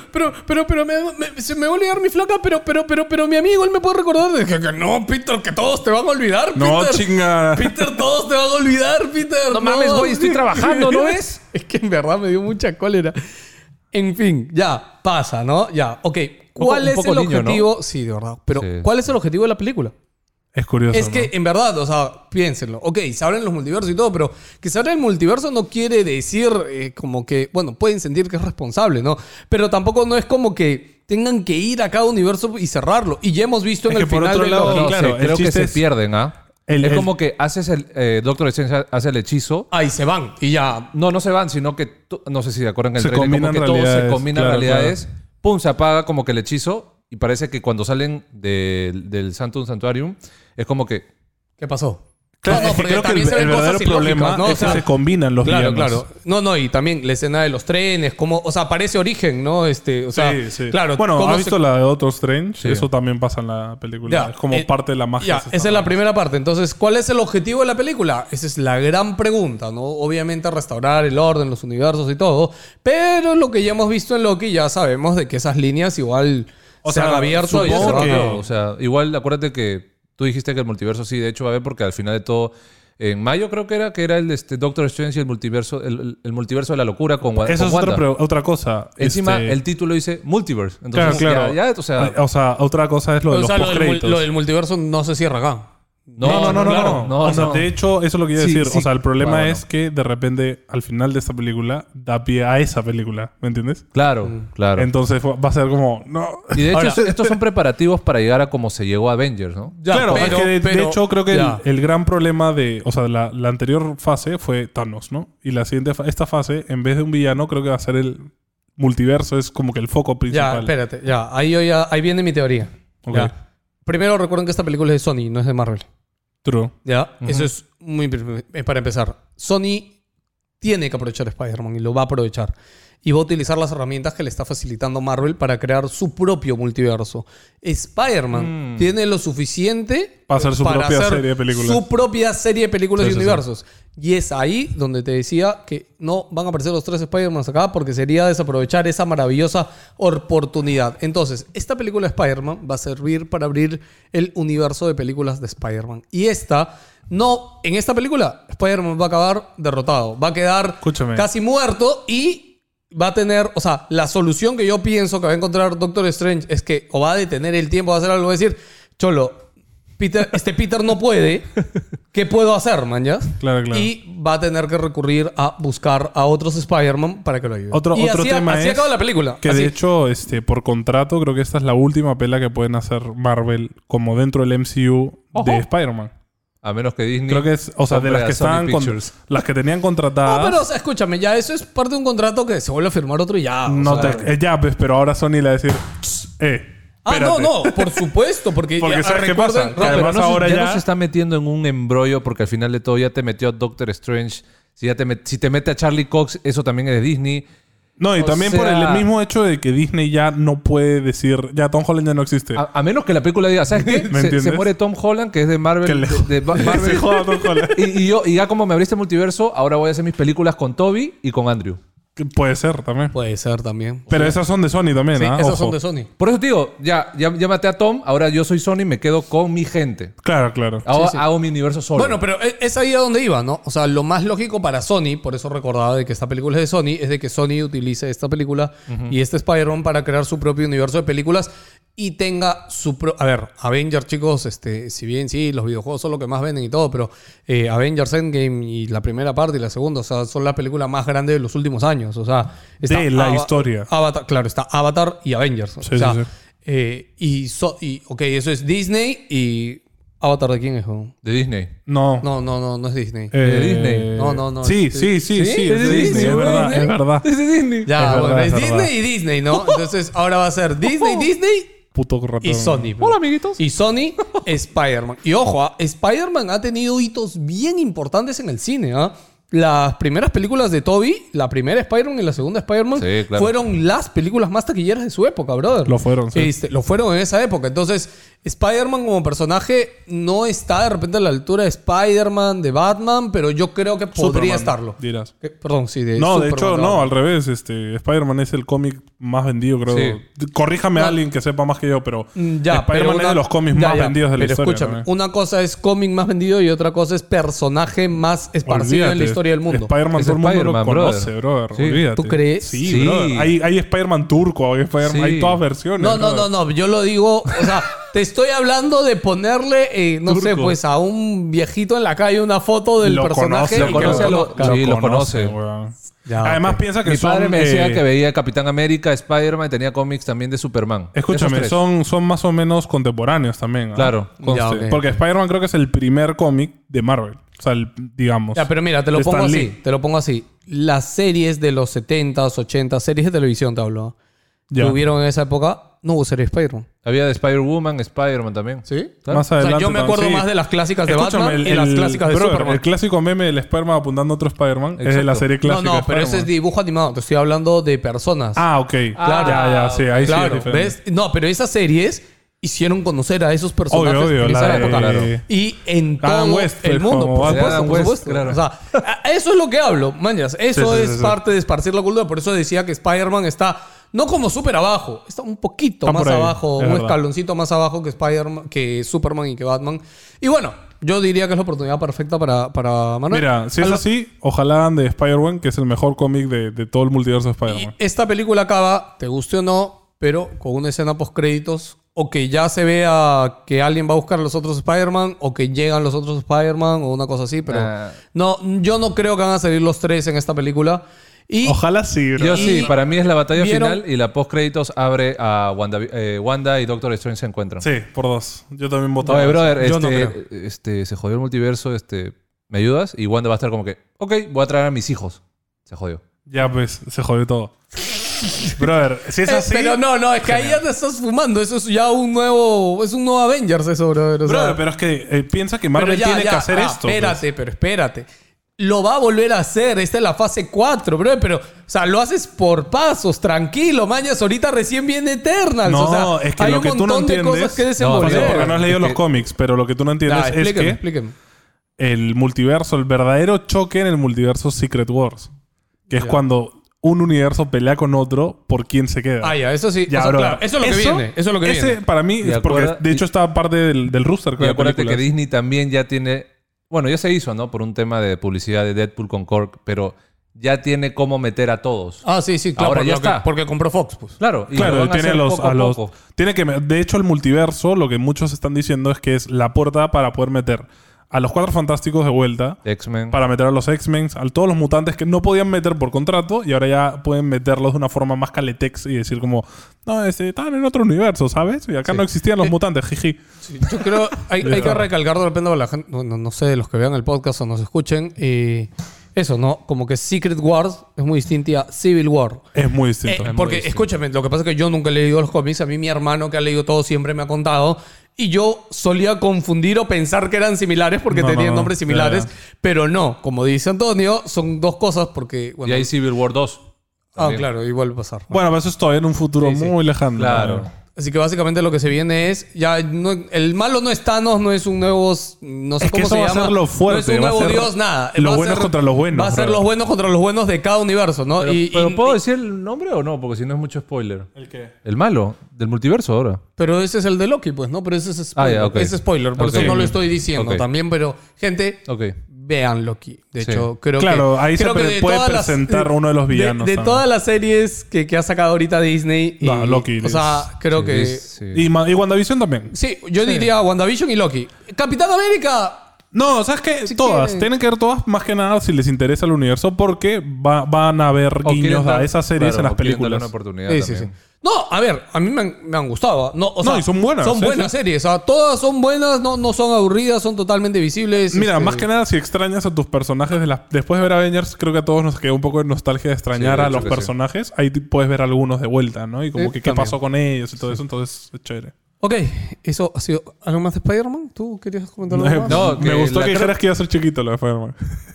se me va a olvidar mi flaca, pero mi amigo, él me puede recordar de que no, Peter, que todos te van a olvidar,
no,
Peter.
chinga.
Peter, todos te van a olvidar, Peter.
No mames, güey, estoy trabajando, ¿no ves?
Es que en verdad me dio mucha cólera. En fin, ya, pasa, ¿no? Ya, ok. ¿Cuál
Un
es
poco
el
niño,
objetivo? Sí, de verdad. Pero,
Sí.
¿cuál es el objetivo de la película?
Es curioso,
Es que,
¿no?
en verdad, o sea, piénsenlo. Ok, se abren los multiversos y todo, pero que se abra el multiverso no quiere decir como que, bueno, pueden sentir que es responsable, ¿no? Pero tampoco no es como que tengan que ir a cada universo y cerrarlo. Y ya hemos visto
Es
en
que
el
por
final
otro
de
lado,
Loki.
No,
claro,
sí,
el
creo que
chiste
se
es-
pierden, ¿ah? Es como que haces el Doctor Strange hace el hechizo.
Ahí se van y ya.
No se van, sino que no sé si de acuerdo en el
Se
trailer, como
combinan
que todo se
realidades,
combina
claro,
realidades. Pum, se apaga como que el hechizo y parece que cuando salen del Santum Santuarium es como que
¿Qué pasó?
Claro, es que
porque
creo que
también se ven
el verdadero
cosas ilógicas,
problema
¿no? O
es que
sea,
se combinan los
Claro,
villanos.
claro. No, y también la escena de los trenes, como, o sea, aparece Origen, ¿no? O sea,
Sí.
claro.
Bueno,
cómo
¿has
se-
visto la de Doctor Strange?
Sí.
Eso también pasa en la película.
Ya,
es como parte de la magia.
Ya,
de esta
esa es la
vaina.
primera parte. Entonces, ¿cuál es el objetivo de la película? Esa es la gran pregunta, ¿no? Obviamente restaurar el orden, los universos y todo. Pero lo que ya hemos visto en Loki, ya sabemos de que esas líneas igual
O
se
sea,
han abierto y
supongo
se
que-
cerrado.
O sea, igual acuérdate que tú dijiste que el multiverso sí, de hecho va a haber porque al final de todo, en mayo creo que era el Doctor Strange y el multiverso, el multiverso de la locura con,
Eso
con
es
Wanda.
otra cosa.
Encima el título dice Multiverse. Entonces,
Claro.
o sea,
O sea, otra cosa es lo de
O
los
sea, lo del
postcréditos.
multiverso no se cierra acá.
No. O sea, de hecho, eso es lo que iba a
Sí,
decir.
sí.
O sea, el problema
Bueno.
es que de repente, al final de esta película, da pie a esa película. ¿Me entiendes?
claro.
Entonces va a ser como... No.
Y de hecho,
Ahora-
estos son preparativos para llegar a como se llegó a Avengers, ¿no?
Ya,
claro, es que de hecho creo que
ya.
el gran problema de... O sea, la anterior fase fue Thanos, ¿no? Y la siguiente esta fase, en vez de un villano, creo que va a ser el multiverso. Es como que el foco
Ya,
principal.
espérate. Ya, ahí viene mi teoría.
Ok.
Ya. Primero recuerden que esta película es de Sony, no es de Marvel.
True.
¿Ya? Eso es muy... Para empezar, Sony tiene que aprovechar a Spider-Man y lo va a aprovechar. y va a utilizar las herramientas que le está facilitando Marvel para crear su propio multiverso. Spider-Man tiene lo suficiente
Para hacer su propia serie de películas.
Su propia serie de películas
Sí,
y
sí,
universos. Y es ahí donde te decía que no van a aparecer los 3 Spider-Man acá porque sería desaprovechar esa maravillosa oportunidad. Entonces, esta película de Spider-Man va a servir para abrir el universo de películas de Spider-Man. Y en esta película, Spider-Man va a acabar derrotado. Va a quedar
Escúchame.
casi muerto y va a tener, o sea, la solución que yo pienso que va a encontrar Doctor Strange es que o va a detener el tiempo, va a hacer algo, va a decir, Cholo, Peter no puede. ¿Qué puedo hacer, man? ¿Ya?
Claro, claro.
Y va a tener que recurrir a buscar a otros Spider-Man para que lo ayuden.
Otro tema
así
es
acaba la película.
que
Así.
de hecho, por contrato, creo que esta es la última pela que pueden hacer Marvel como dentro del MCU de Spider-Man.
A menos que Disney...
Creo que es, o sea, de las que estaban las que tenían contratadas.
No, pero o sea, escúchame, ya eso es parte de un contrato que se vuelve a firmar otro y ya.
Ya, pues, pero ahora Sony le va a decir, espérate.
no, por supuesto, porque
¿sabes qué pasa? Que
Pero
además ahora
ya
ya
no se está metiendo en un embrollo porque al final de todo ya te metió a Doctor Strange. Si te mete a Charlie Cox, eso también es de Disney.
No, y
O
también por
sea-
el mismo hecho de que Disney ya no puede decir, ya Tom Holland ya no existe.
A menos que la película diga, ¿sabes qué?
¿Me entiendes?
Se muere Tom Holland, que es de Marvel.
Que le-
de Marvel.
Se joda Tom Holland.
y ya como me abriste el multiverso, ahora voy a hacer mis películas con Toby y con Andrew.
Que puede ser también.
Puede ser también.
Pero esas son de Sony también,
Sí,
¿ah?
esas
Ojo.
son de Sony.
Por eso te digo, ya maté a Tom, ahora yo soy Sony y me quedo con mi gente.
Claro, claro.
Ahora
sí.
hago mi universo solo.
Bueno, pero es ahí a donde iba, ¿no? O sea, lo más lógico para Sony, por eso recordaba de que esta película es de Sony, es de que Sony utilice esta película y este Spider-Man para crear su propio universo de películas y tenga su A ver, Avengers, chicos, si bien sí, los videojuegos son lo que más venden y todo, pero Avengers Endgame y la primera parte y la segunda, o sea, son las películas más grandes de los últimos años. O sea, está
De la historia.
Avatar, claro, está Avatar y Avengers.
Sí,
o sea,
sí,
ok, eso es Disney y... ¿Avatar de quién es? ¿No?
De Disney.
No.
No es Disney.
¿De Disney?
No.
Sí,
es-
sí,
¿Sí?
es
¿Es
de
de
Disney,
Disney?
es verdad,
¿Disney?
es verdad.
Es de Disney.
Ya,
Es
bueno,
verdad,
es
es
Disney
verdad.
y Disney, ¿no? Entonces ahora va a ser Disney
Puto ratón.
y Sony.
Hola, amiguitos.
Y Sony, Spider-Man. Y ojo, Spider-Man ha tenido hitos bien importantes en el cine, ¿ah? Las primeras películas de Tobey, la primera Spider-Man y la segunda Spider-Man,
Sí, claro.
fueron las películas más taquilleras de su época, brother.
Lo fueron, sí.
Lo fueron en esa época. Entonces, Spider-Man como personaje no está de repente a la altura de Spider-Man, de Batman, pero yo creo que podría
Superman,
estarlo.
dirás.
Perdón, sí, de
No, de
Superman,
hecho, no, al revés. Spider-Man es el cómic más vendido, creo.
Sí.
Corríjame a alguien que sepa más que yo, pero
Ya, pero
Spider-Man es de los cómics más vendidos de la
pero
historia.
escúchame,
también.
una cosa es cómic más vendido y otra cosa es personaje más esparcido en la
Olvídate.
historia del mundo.
Spider-Man
Es
todo el mundo lo
Spider-Man,
conoce, brother.
Sí.
Olvídate.
¿Tú crees?
Sí,
Sí.
brother. Hay Spider-Man turco, hay Spider-Man,
Sí.
hay todas versiones.
No. Yo lo digo, o sea, te estoy hablando de ponerle, no sé,
Turco.
pues a un viejito en la calle una foto del
Lo
personaje.
conoce,
y que
conoce a lo-
conozca.
sí, lo conoce.
weón.
Ya,
Además,
ok.
piensa que
Mi padre
son,
me decía que veía Capitán América, Spider-Man y tenía cómics también de Superman.
Escúchame,
Esos tres.
son más o menos contemporáneos también. ¿ah?
Claro.
Conste.
Ya, ok.
Porque Spider-Man creo que es el primer cómic de Marvel. O sea, digamos.
Ya, pero mira, te lo
de
pongo
Stan
así.
Lee.
Te lo pongo así. Las series de los 70s, 80s, series de televisión te hablo,
Ya.
que hubieron en esa época, no hubo serie de Spider-Man.
Había de Spider-Woman, Spider-Man también.
¿Sí?
Claro.
Más
O sea,
adelante.
yo me acuerdo
sí.
más de las clásicas de
Escúchame,
Batman y las clásicas de
brother,
Superman.
El clásico meme del Spider-Man apuntando a otro Spider-Man es de la
Exacto.
serie
No,
clásica.
no,
de
pero ese es
Spider-Man.
dibujo animado. Te estoy hablando de personas.
Ah, ok.
Claro.
Ya, sí. Ahí sí
claro,
es diferente.
¿ves? No, pero esas series hicieron conocer a esos personajes
Obvio,
en esa
la de-
época.
Claro.
Y en todo
Adam West,
el
pues,
mundo,
como
por
Batman.
supuesto,
Adam
por
West,
supuesto.
claro.
O sea, eso es lo que hablo, mañas. Eso
Sí,
es
sí.
parte de esparcir la cultura. Por eso decía que Spider-Man está no como súper abajo, está un poquito
Está
más
por ahí,
abajo,
es
un
verdad.
escaloncito más abajo que Spider-Man, que Superman y que Batman. Y bueno, yo diría que es la oportunidad perfecta para Manuel.
Mira, si es
Algo-
así, ojalá hagan de Spider-Man, que es el mejor cómic de todo el multiverso de
Y
Spider-Man.
esta película acaba, te guste o no, pero con una escena post créditos o que ya se vea que alguien va a buscar a los otros Spider-Man o que llegan los otros Spider-Man o una cosa así, pero no, yo no creo que van a salir los tres en esta película. Y
Ojalá sí, bro.
Yo
Y-
sí, para mí es la batalla
¿vieron?
final y la post-créditos abre a Wanda y Doctor Strange se encuentran.
Sí, por 2. Yo también votaba.
Oye, brother,
Yo no
se jodió el multiverso, ¿me ayudas? Y Wanda va a estar como que, ok, voy a traer a mis hijos. Se jodió.
Ya, pues, se jodió todo. Brother, si es así...
pero no, es que ahí ya te estás fumando. Eso es ya un nuevo Avengers eso, brother. O sea,
Brother, pero es que piensa que Marvel
pero ya,
tiene que hacer esto. pues.
Espérate. lo va a volver a hacer. Esta es la fase 4, bro. Pero, o sea, lo haces por pasos, tranquilo, mañas. Ahorita recién viene Eternals.
No,
o sea,
es que
hay
lo
un
que tú no
montón de
entiendes...
cosas que
No,
desenvolver.
porque no has leído los cómics, pero lo que tú no entiendes es que
explíqueme.
el multiverso, el verdadero choque en el multiverso Secret Wars, que es cuando un universo pelea con otro por quién se queda.
Ah, ya, eso sí.
Ya,
o sea,
bro.
claro, eso es lo que viene. Eso es lo que
ese,
viene.
para mí,
Y
es porque
acuerda-
de hecho estaba parte del rooster.
Y acuérdate que Disney también ya tiene... Bueno, ya se hizo, ¿no? Por un tema de publicidad de Deadpool con Korg, pero ya tiene cómo meter a todos.
Ah, sí, claro.
Ahora ya
porque,
está.
porque compró Fox, pues.
Claro, y lo
Claro,
van a
tiene
hacer poco
a los...
poco.
Tiene que, de hecho, el multiverso, lo que muchos están diciendo es que es la puerta para poder meter a los Cuatro Fantásticos de vuelta,
X-Men.
para meter a los X-Men, a todos los mutantes que no podían meter por contrato y ahora ya pueden meterlos de una forma más caletex y decir como, no, estaban en otro universo, ¿sabes? Y acá no existían los mutantes, jiji.
Sí, yo creo hay que recalcar de repente a la gente, no sé, los que vean el podcast o nos escuchen, eso, ¿no? Como que Secret Wars es muy distinto a Civil War.
Es muy distinto.
muy
Porque,
distinto.
escúchame, lo que pasa es que yo nunca he leído los cómics. A mí mi hermano que ha leído todo siempre me ha contado. Y yo solía confundir o pensar que eran similares porque
No,
tenían
no,
nombres similares.
ya.
Pero no, como dice Antonio, son dos cosas porque... Bueno,
Y hay Civil War 2. también.
claro, y vuelve a pasar.
Bueno, pero eso es todavía en un futuro
Sí, sí.
muy lejano.
Claro.
Así que básicamente lo que se viene es... ya no, el malo no es Thanos, no es un nuevo... No sé
Es que
cómo
eso
se
va a
llama.
ser lo fuerte,
No es un
va a
nuevo
ser
dios, nada.
los
Va a
buenos
ser-
contra los buenos,
Va a ser
bro.
los buenos contra los buenos de cada universo, ¿no?
Pero ¿puedo decir el nombre o no? Porque si no es mucho spoiler.
¿El qué?
El malo del multiverso ahora.
Pero ese es el de Loki, pues, ¿no? Pero ese es spoiler.
Ah, ya, ok.
Ese es spoiler, por
Ok.
eso no lo estoy diciendo
Ok.
también. Pero, gente,
Ok.
vean Loki. De
Sí.
hecho, creo
Claro,
que...
ahí se
creo que de
puede
todas las-
presentar uno de los villanos
De
también.
todas las series que ha sacado ahorita Disney... Y,
No, Loki
O sea, creo
Sí,
que...
sí.
Y WandaVision también.
Sí, yo diría WandaVision y Loki. Capitán América...
No, ¿sabes qué?
Si
Todas.
quieren.
Tienen que ver todas, más que nada, si les interesa el universo, porque van a haber
O quieren
guiños
dar-
a esas series
claro,
en las
o quieren darle
películas.
una oportunidad
Sí, sí, sí.
también.
No, a ver, a mí me han gustado. No, o sea,
No, y son buenas,
Son
sí,
buenas
sí.
series. O sea, todas son buenas, no son aburridas, son totalmente visibles.
Mira, más que nada, si extrañas a tus personajes después de ver Avengers, creo que a todos nos quedó un poco de nostalgia de extrañar
Sí, de
a
hecho
los
que sí.
personajes. Ahí puedes ver algunos de vuelta, ¿no? Y como
Sí,
que qué
también.
pasó con ellos y todo eso. Entonces, es chévere.
Ok, eso ha sido... ¿Algo más de Spider-Man? ¿Tú querías comentar algo más?
No,
Me
que
gustó
la-
que
creo-
dijeras que iba a ser chiquito lo de Spider-Man.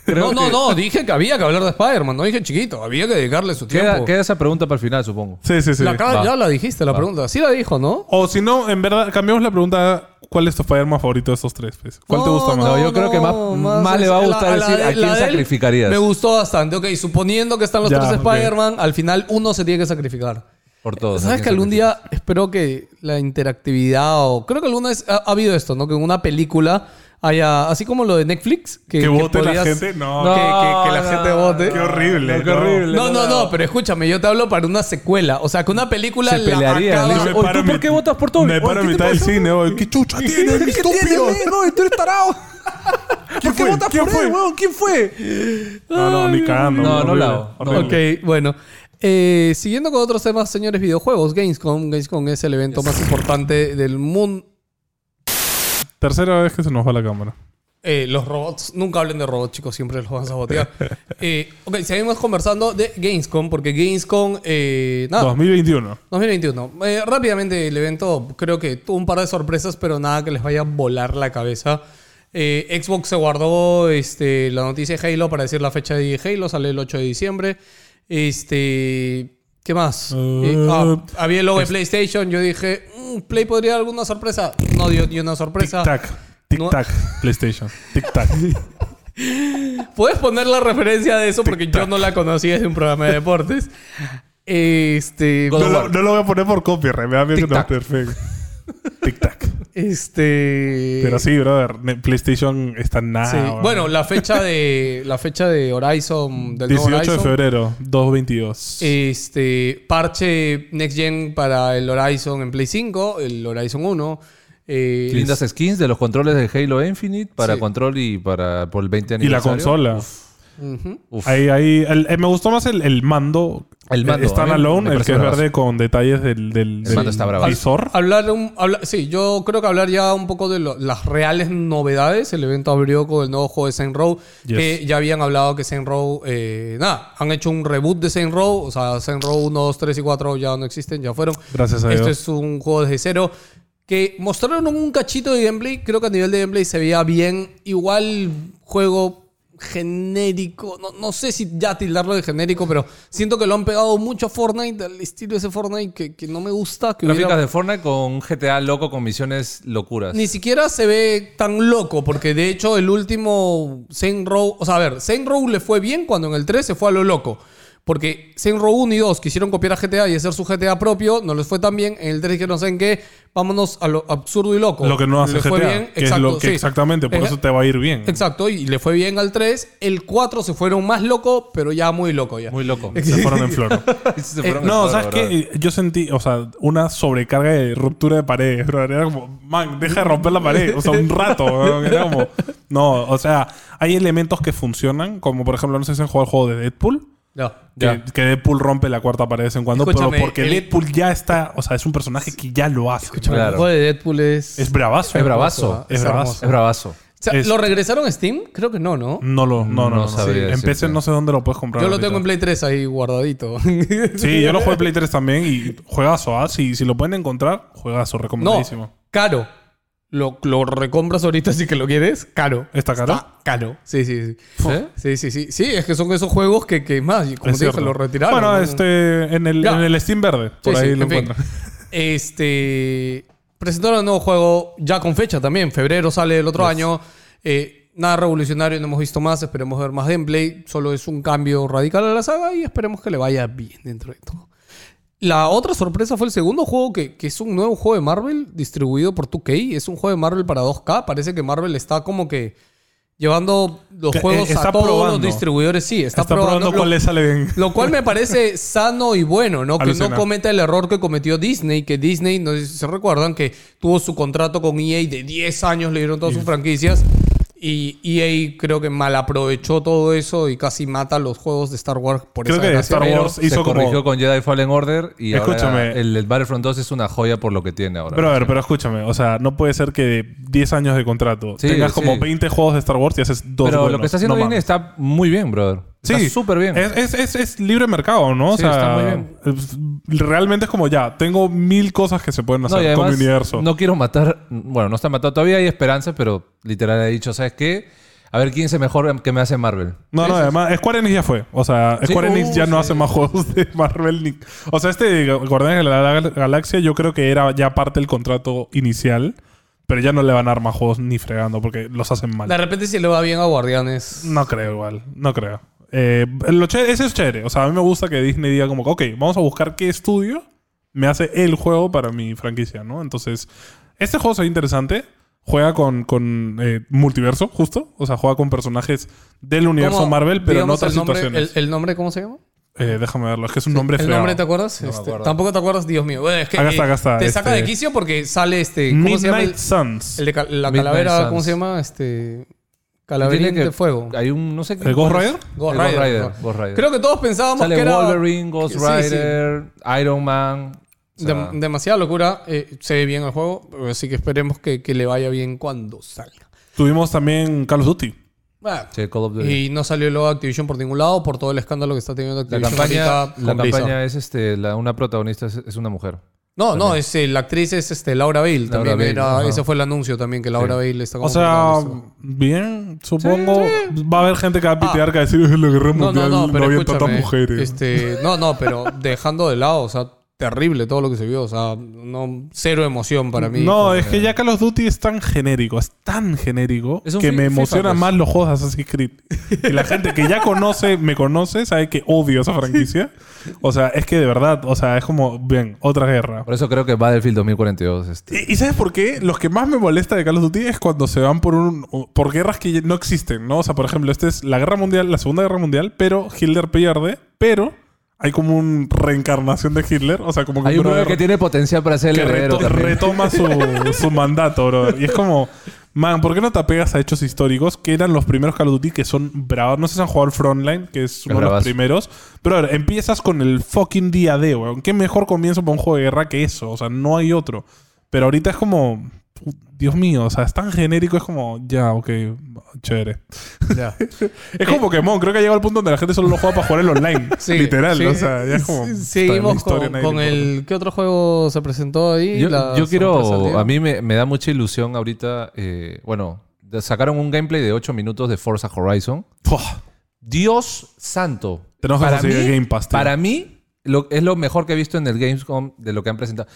No, dije que había que hablar de Spider-Man. No dije chiquito. Había que dedicarle su tiempo.
Queda esa pregunta para el final, supongo.
Sí, sí, sí.
Va.
Ya la dijiste, la pregunta. Sí la dijo, ¿no?
O si no, en verdad, cambiamos la pregunta. ¿Cuál es tu Spider-Man favorito de estos tres? Pues? ¿Cuál te gusta más?
No, yo creo que más le va a gustar decir a quién
la de él
sacrificarías.
Me gustó bastante. Ok, suponiendo que están los
Ya,
tres
ok.
Spider-Man, al final uno se tiene que sacrificar.
Por todos.
¿Sabes que algún día espero que la interactividad o... Creo que alguna vez ha habido esto, ¿no? Que en una película haya... Así como lo de Netflix.
¿Que vote la
podrías-
gente? No.
Que la gente vote.
Qué horrible.
Qué horrible.
No, pero escúchame, yo te hablo para una secuela. O sea, que una película
Se pelearía,
acaba-
le dice,
me
Oye,
paro
¿tú por
en
qué
mi-
votas por Toby?
Me
Oye,
paro a
¿qué te
mitad del
pasó?
cine. Oye, ¿qué chucha tienes, estúpido?
No, tú eres tarado. ¿Por qué
fue?
votas
¿Quién
por
fue?
él, weón? ¿Quién fue?
No, ni cagando.
No, no
horrible,
la hago. No.
horrible.
Ok, bueno. Siguiendo con otros temas, señores, videojuegos. Gamescom. Gamescom es el evento más importante del mundo.
Tercera vez que se nos va la cámara.
Los robots, nunca hablen de robots, chicos, siempre los van a sabotear. Ok, seguimos conversando de Gamescom, porque Gamescom, nada,
2021.
2021. Rápidamente el evento creo que tuvo un par de sorpresas, pero nada que les vaya a volar la cabeza. Xbox se guardó la noticia de Halo para decir la fecha de Halo, sale el 8 de diciembre. ¿Qué más? Había el logo de PlayStation, yo dije, Play podría dar alguna sorpresa. No dio ni una sorpresa.
Tic-tac, PlayStation. Tic-tac.
Puedes poner la referencia de eso porque yo no la conocí desde un programa de deportes.
No lo voy a poner por copyright. Me da miedo que no
Tic-tac.
perfecto. Tic-tac. Pero sí, brother. PlayStation está en nada.
sí.
weón.
Bueno, la fecha de Horizon, del nuevo
18 de
Horizon.
febrero, 2.22.
Parche Next Gen para el Horizon en Play 5, el Horizon 1.
Lindas skins de los controles de Halo Infinite para
Sí.
control y para por el 20
Y la
aniversario.
consola.
Ujú.
Uf.
Me gustó más el mando.
El mando,
Stand
a mí me
alone, el
parece
que es
bravazo.
verde con detalles del
El mando está bravazo.
visor.
Sí, yo creo que hablar ya un poco de las reales novedades. El evento abrió con el nuevo juego de Saints Row.
Yes.
Que ya habían hablado que Saints Row... han hecho un reboot de Saints Row. O sea, Saints Row 1, 2, 3 y 4 ya no existen, ya fueron.
Gracias a
Esto
Dios.
es un juego desde cero. Que mostraron un cachito de gameplay. Creo que a nivel de gameplay se veía bien. Igual juego genérico. No sé si ya tildarlo de genérico, pero siento que lo han pegado mucho a Fortnite, al estilo de ese Fortnite que no me gusta. Que
Gráficas de Fortnite con un GTA loco con misiones locuras.
Ni siquiera se ve tan loco, porque de hecho el último Saints Row... O sea, a ver, Saints Row le fue bien cuando en el 3 se fue a lo loco. Porque Saints Row 1 y 2 quisieron copiar a GTA y hacer su GTA propio, no les fue tan bien. En el 3 dijeron, ¿saben qué? Vámonos a lo absurdo y loco.
Lo que no hace
le
GTA,
fue bien.
que es lo que exactamente, por eso te va a ir bien.
Exacto, y le fue bien al 3. El 4 se fueron más loco, pero ya muy loco ya.
Muy loco.
Se fueron en flor.
Se fueron en
No,
flor,
¿sabes
bro.
qué? Yo sentí, o sea, una sobrecarga de ruptura de paredes, bro. Era como, man, deja de romper la pared. O sea, un rato. ¿no? Era como, no, o sea, hay elementos que funcionan, como por ejemplo, no sé si han jugado el juego de Deadpool.
No.
Que Deadpool rompe la cuarta pared de vez en cuando,
Escúchame,
pero porque Deadpool ya está, o sea, es un personaje que ya lo hace.
Claro.
El juego de Deadpool
Es bravazo.
Es bravazo.
Es
hermoso.
bravazo.
Es bravazo.
O sea,
Es-
¿lo regresaron a Steam? Creo que no, ¿no?
No
sabría
En PC
decirte.
no sé dónde lo puedes comprar.
Yo lo
ahorita.
tengo en Play 3 ahí guardadito.
Sí, yo lo jugué en Play 3 también y juegazo, ¿ah? Si lo pueden encontrar, juegazo,
No,
recomendadísimo.
caro. Lo recompras ahorita si que lo quieres. Caro.
¿Está caro?
Está caro. Sí.
¿Sí?
Sí, es que son esos juegos que más, como
Es
te dije,
cierto.
lo retiraron.
Bueno,
¿no?
en el Steam verde, por
Sí,
ahí
sí,
lo
en fin.
encuentran.
Presentaron un nuevo juego ya con fecha también. Febrero sale el otro año. Nada revolucionario, no hemos visto más. Esperemos ver más gameplay. Solo es un cambio radical a la saga y esperemos que le vaya bien dentro de todo. La otra sorpresa fue el segundo juego que es un nuevo juego de Marvel distribuido por 2K. Es un juego de Marvel para 2K. Parece que Marvel está como que llevando los
Que,
juegos
está
a todos
probando.
los distribuidores. Sí, está
probando
lo-
cuál le sale bien.
lo cual me parece sano y bueno, ¿no? Que
Alucina.
no cometa el error que cometió Disney. Que Disney, no sé si se recuerdan, que tuvo su contrato con EA de 10 años, le dieron todas sus franquicias. Y EA creo que mal aprovechó todo eso y casi mata los juegos de Star Wars por
Creo
esa
que
desgracia.
Star
Pero-
Wars
Se
hizo
corrigió
como...
con Jedi Fallen Order y
Escúchame.
ahora el Battlefront 2 es una joya por lo que tiene ahora.
Brother, pero escúchame, o sea, no puede ser que de 10 años de contrato
Sí,
tengas como
sí.
20 juegos de Star Wars y haces dos
Pero
buenos.
lo que está haciendo
No
bien
mames.
está muy bien, brother. Está
Sí,
súper bien.
Es libre mercado, ¿no? O
Sí,
sea,
está muy bien.
Realmente es como ya, tengo 1000 cosas que se pueden hacer
No, y
con mi
además,
universo.
no quiero matar. Bueno, no está matado todavía, hay esperanza, pero literal he dicho, ¿sabes qué? A ver quién es el mejor que me hace Marvel.
No, además, Square Enix ya fue. O sea,
Sí,
Square Enix ya no
sí.
hace más juegos de Marvel. O sea, Guardianes de la Galaxia yo creo que era ya parte del contrato inicial, pero ya no le van a dar más juegos ni fregando porque los hacen mal.
De repente si le va bien a Guardianes.
No creo igual, no creo. Ese es chévere. O sea, a mí me gusta que Disney diga como, ok, vamos a buscar qué estudio me hace el juego para mi franquicia, ¿no? Entonces, este juego se ve interesante. Juega con multiverso, justo. O sea, juega con personajes del universo
¿Cómo?
Marvel, pero en
Digamos,
otras
el nombre,
situaciones.
¿El nombre cómo se llama?
Déjame verlo. Es que es un nombre
¿El
fregado.
nombre te acuerdas?
No me acuerdo.
Tampoco te acuerdas, Dios mío. Bueno, es que
Acá está.
te saca de quicio porque sale ¿cómo se llama?
Midnight Suns.
El de la
Midnight
calavera,
Suns.
¿cómo se llama? Calaverín
Tiene que-
de fuego.
Hay un, no sé qué.
¿El Ghost Rider?
Ghost
El
Rider.
Ghost Rider.
Creo que todos pensábamos
Sale
que era
Wolverine, Ghost
Sí, sí.
Rider, Iron Man. O sea,
demasiada locura. Se ve bien el juego, así que esperemos que le vaya bien cuando salga.
Tuvimos también Call of Duty.
Bueno,
sí, Call of Duty.
y no salió el logo de Activision por ningún lado por todo el escándalo que está teniendo
La
Activision
campaña,
ahorita
la
con Blizzard.
campaña es una protagonista, es una mujer.
No, la actriz es Laura Bale. También
Bale,
era,
ajá.
ese fue el anuncio también, que Laura
Sí.
Bale está como
O sea,
protagonista.
bien, supongo. Va a haber gente que va a pitear que va a decir en la guerra mundial no,
pero
había tantas
escúchame,
mujeres.
pero dejando de lado, o sea, terrible todo lo que se vio, o sea, cero emoción para mí.
No, es que ya Call of Duty es tan genérico
Es un
que me
FIFA,
emociona
pues.
más los juegos de Assassin's Creed. Y la gente que ya me conoce, sabe que odio esa franquicia. O sea, es que de verdad, o sea, es como, bien, otra guerra.
Por eso creo que Battlefield 2042.
¿Y sabes por qué? Los que más me molesta de Call of Duty es cuando se van por guerras que no existen, ¿no? O sea, por ejemplo, esta es la guerra mundial, la Segunda Guerra Mundial, pero Hitler pierde, pero hay como una reencarnación de Hitler. O sea, como que
Hay un
brother
brother que tiene potencial para ser el
que
heredero también.
retoma su mandato, bro. Y es como, man, ¿por qué no te apegas a hechos históricos que eran los primeros Call of Duty que son bravos? No sé si han jugado al Frontline, que es uno de los
bravazo.
primeros. Pero a ver, empiezas con el fucking día D, weón. ¿Qué mejor comienzo para un juego de guerra que eso? O sea, no hay otro. Pero ahorita es como, Dios mío, o sea, es tan genérico, es como, ya, ok, chévere.
Ya.
Es como Pokémon, creo que ha llegado al punto donde la gente solo lo juega para jugar el online.
Sí,
literal,
sí.
o sea, ya es como...
Seguimos
la historia
con
nadie le importa.
el... ¿Qué otro juego se presentó ahí?
Yo
La
quiero...
sorpresa,
A mí me da mucha ilusión ahorita... sacaron un gameplay de 8 minutos de Forza Horizon.
Fua.
Dios santo.
Tenemos que conseguir el Game Pass, tío.
Para mí, es lo mejor que he visto en el Gamescom de lo que han presentado.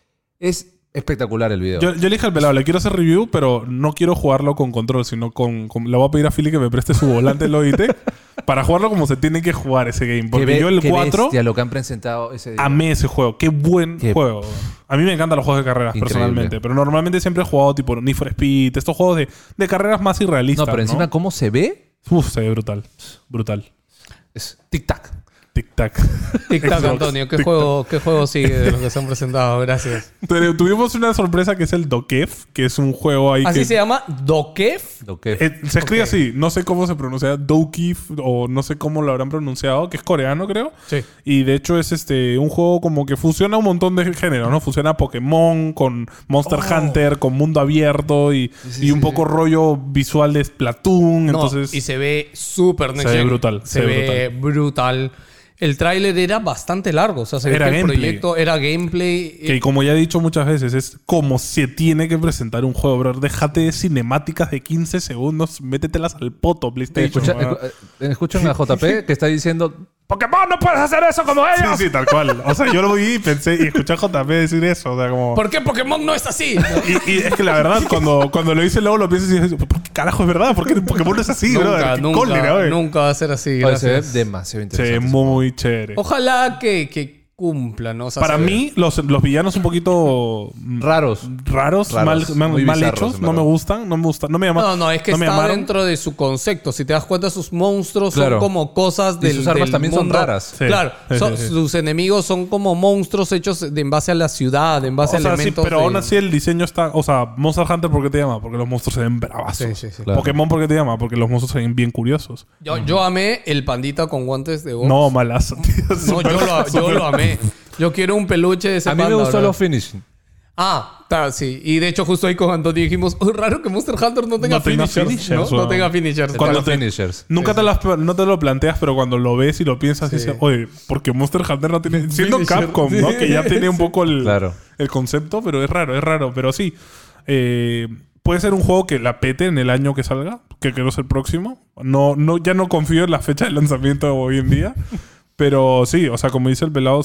Es espectacular el video.
Yo le dije al pelado, le quiero hacer review, pero no quiero jugarlo con control, sino le voy a pedir a Philly que me preste su volante Logitech para jugarlo como se tiene que jugar ese game. Porque yo el 4
bestia lo que han presentado ese día.
amé ese juego. Qué buen juego. A mí me encantan los juegos de carreras
Increíble.
personalmente, pero normalmente siempre he jugado tipo Need for Speed, estos juegos de carreras más irrealistas.
No, pero encima, ¿cómo se ve?
Uf, se ve brutal. Brutal.
Es tic-tac.
Tic-tac.
Tic-tac,
Xbox.
Antonio. ¿Qué juego sigue de los que se han presentado? Gracias.
Pero tuvimos una sorpresa que es el Dokef, que es un juego ahí
¿Así
que...
se llama? ¿Dokef?
Lo que
se escribe
Ok.
así, no sé cómo se pronuncia, Dokef, o no sé cómo lo habrán pronunciado, que es coreano, creo.
Sí.
Y de hecho es un juego como que fusiona un montón de géneros, ¿no? Fusiona Pokémon con Monster Hunter, con mundo abierto y un poco rollo visual de Splatoon.
No,
Entonces,
y se ve súper next
ve
gen.
brutal,
Se ve brutal. El tráiler era bastante largo. O sea, se ve
Era
que el
gameplay.
proyecto era gameplay.
que como ya he dicho muchas veces, es como se tiene que presentar un juego, bro. Déjate de cinemáticas de 15 segundos, métetelas al poto, PlayStation. ¿no?
Escuchan a JP que está diciendo
Pokémon, no puedes hacer eso como ellos. Sí, tal cual. O sea, yo lo vi y pensé y escuché a JP decir eso. O sea, como...
¿Por qué Pokémon no es así?
Y es que la verdad, cuando lo dice luego lo piensas y dices, ¿por qué carajo es verdad? ¿Por qué Pokémon no es así, brother? ¿Qué cólera, güey?
nunca va a ser así.
"Oye, se ve
Gracias.
demasiado
Se ve
interesante.
muy chévere.
Ojalá que cumpla, ¿no? O sea,
Para
se ve-
mí, los villanos un poquito
Raros.
raros,
Raros,
mal
muy
mal
bizarros,
hechos.
en
No me
verdad.
gustan, no me llaman.
No, es que
no me
está
llamaron.
dentro de su concepto. Si te das cuenta, sus monstruos
Claro.
son como cosas
Y
del
sus armas
del
también son
mundo.
raras.
Sí.
Claro,
Sí,
son-
sí, sí.
sus enemigos son como monstruos hechos en base a la ciudad, en base
O sea,
a
sí,
elementos.
pero
de-
aún así el diseño está... O sea, Monster Hunter, ¿por qué te llama? Porque los monstruos se ven bravazos.
Sí, sí, sí.
Claro.
Pokémon, ¿por qué te llama? Porque los monstruos se ven bien curiosos.
Yo amé el pandita con guantes de box.
No, malazo, tío.
No, yo lo amé. Yo quiero un peluche de ese
A mí me
panda,
gustó
bro.
los finishing.
Sí. Y de hecho, justo ahí con Antonio dijimos, raro que Monster Hunter no tenga
No tenga
finishers.
finishers,
¿no?
o-
No tenga finishers.
Cuando
Los
te-
finishers.
Nunca no te lo planteas, pero cuando lo ves y lo piensas,
Sí.
dices, oye, porque Monster Hunter no tiene... Siendo
Finisher.
Capcom, ¿no? Que ya tiene un poco
Claro.
el concepto, pero es raro. Pero sí, puede ser un juego que la pete en el año que salga, que creo es el próximo. Ya no confío en la fecha de lanzamiento hoy en día. Pero sí, o sea, como dice el pelado,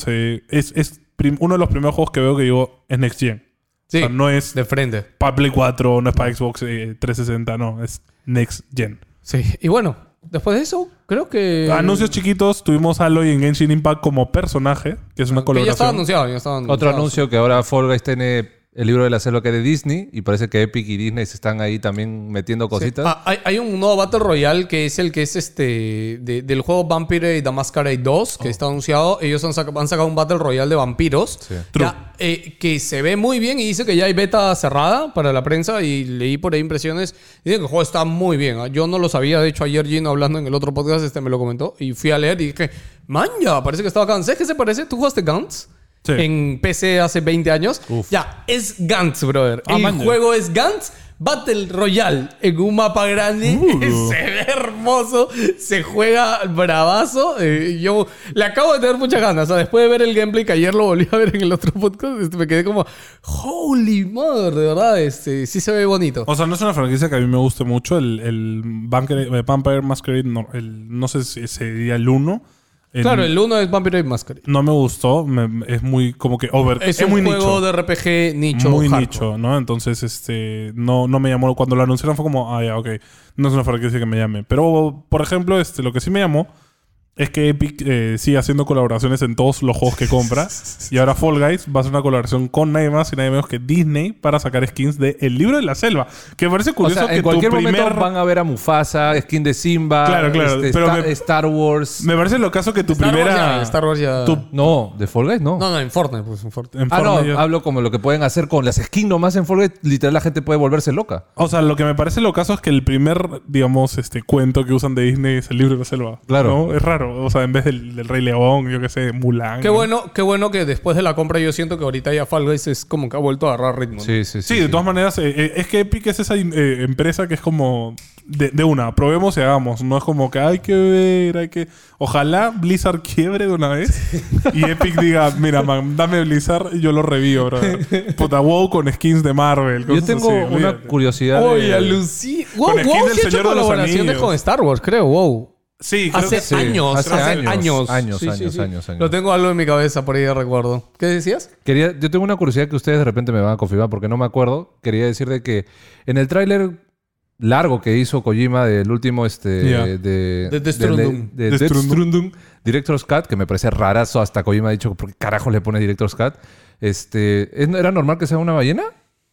uno de los primeros juegos que veo que digo es Next Gen.
Sí,
O sea, no es
de frente.
para Play 4, no es para Xbox 360, no, es Next Gen.
Sí. Y bueno, después de eso, creo que...
Anuncios chiquitos, tuvimos a Aloy en Genshin Impact como personaje, que es una
Que ya estaba
colaboración.
anunciado.
Otro anuncio que ahora Fall Guys tiene el libro de la selva que es de Disney y parece que Epic y Disney se están ahí también metiendo cositas.
Hay un nuevo Battle Royale que es el que es del juego Vampire the Masquerade 2, que está anunciado. Ellos han sacado un Battle Royale de vampiros.
Sí.
Ya, que se ve muy bien y dice que ya hay beta cerrada para la prensa y leí por ahí impresiones. Dicen que el juego está muy bien. ¿Ah? Yo no lo sabía. De hecho, ayer Gino hablando en el otro podcast me lo comentó y fui a leer y dije, manja, parece que estaba acá. ¿Sabes qué se parece? ¿Tú jugaste Gantz?
Sí.
En PC hace 20 años.
Uf.
Ya, es Gantz, brother. El
manja.
juego es Gantz Battle Royale en un mapa grande. Se ve hermoso. Se juega bravazo. Yo le acabo de tener muchas ganas. O sea, después de ver el gameplay que ayer lo volví a ver en el otro podcast, me quedé como, holy mother, de verdad. Sí se ve bonito.
O sea, no es una franquicia que a mí me guste mucho. El Vampire Masquerade, no sé si sería el 1.
Claro, el 1 es Vampire Masquerade.
No me gustó. Es muy como que
Es
es
un
muy
juego
nicho.
de RPG nicho.
Muy
hardcore.
nicho, ¿no? Entonces, no me llamó. Cuando lo anunciaron fue como, ya, ok. No es una franquicia que me llame. Pero, por ejemplo, lo que sí me llamó es que Epic sigue haciendo colaboraciones en todos los juegos que compra. Y ahora Fall Guys va a hacer una colaboración con nadie más y nadie menos que Disney para sacar skins de El Libro de la Selva. Que me parece
O
curioso
sea,
que
en cualquier
tu primer...
momento van a ver a Mufasa, skin de Simba,
Claro, pero
Star Wars.
Me parece lo caso que tu
Star Wars
primera...
ya, Star Wars ya.
No, de Fall Guys no.
No, en Fortnite, pues en Fortnite.
en
Ah, no,
Fortnite ya-
hablo como lo que pueden hacer con las skins nomás en Fall Guys. Literal, la gente puede volverse loca.
O sea, lo que me parece lo caso es que el primer, digamos, cuento que usan de Disney es El Libro de la Selva.
Claro.
¿no? Es raro. O sea, en vez del Rey León, yo qué sé, Mulan.
Qué
¿no?
bueno que después de la compra yo siento que ahorita ya Fall Guys es como que ha vuelto a agarrar ritmo. ¿no?
Sí.
Sí, de todas maneras, es que Epic es esa empresa que es como... de una, probemos y hagamos. No es como que hay que ver, hay que... Ojalá Blizzard quiebre de una vez y Epic diga, mira, man, dame Blizzard y yo lo revivo, bro. Puta, WoW con skins de Marvel.
Yo tengo
así,
una
olvídate.
curiosidad.
Oye,
de-
Lucy.
Con
WoW
skin del
sí ha hecho
Señor de los
colaboraciones
Anillos.
con Star Wars, creo. WoW.
Sí, creo
Hace
que sí.
años.
Hace años. Años.
Lo tengo algo en mi cabeza, por ahí de recuerdo. ¿Qué decías?
Yo tengo una curiosidad que ustedes de repente me van a confirmar porque no me acuerdo. Quería decir de que en el tráiler largo que hizo Kojima del último
Ya.
De Death Stranding.
de Death Stranding, Director's Cut, que me parece rarazo, hasta Kojima ha dicho, ¿por qué carajo le pone Director's Cut? ¿Era normal que sea una ballena?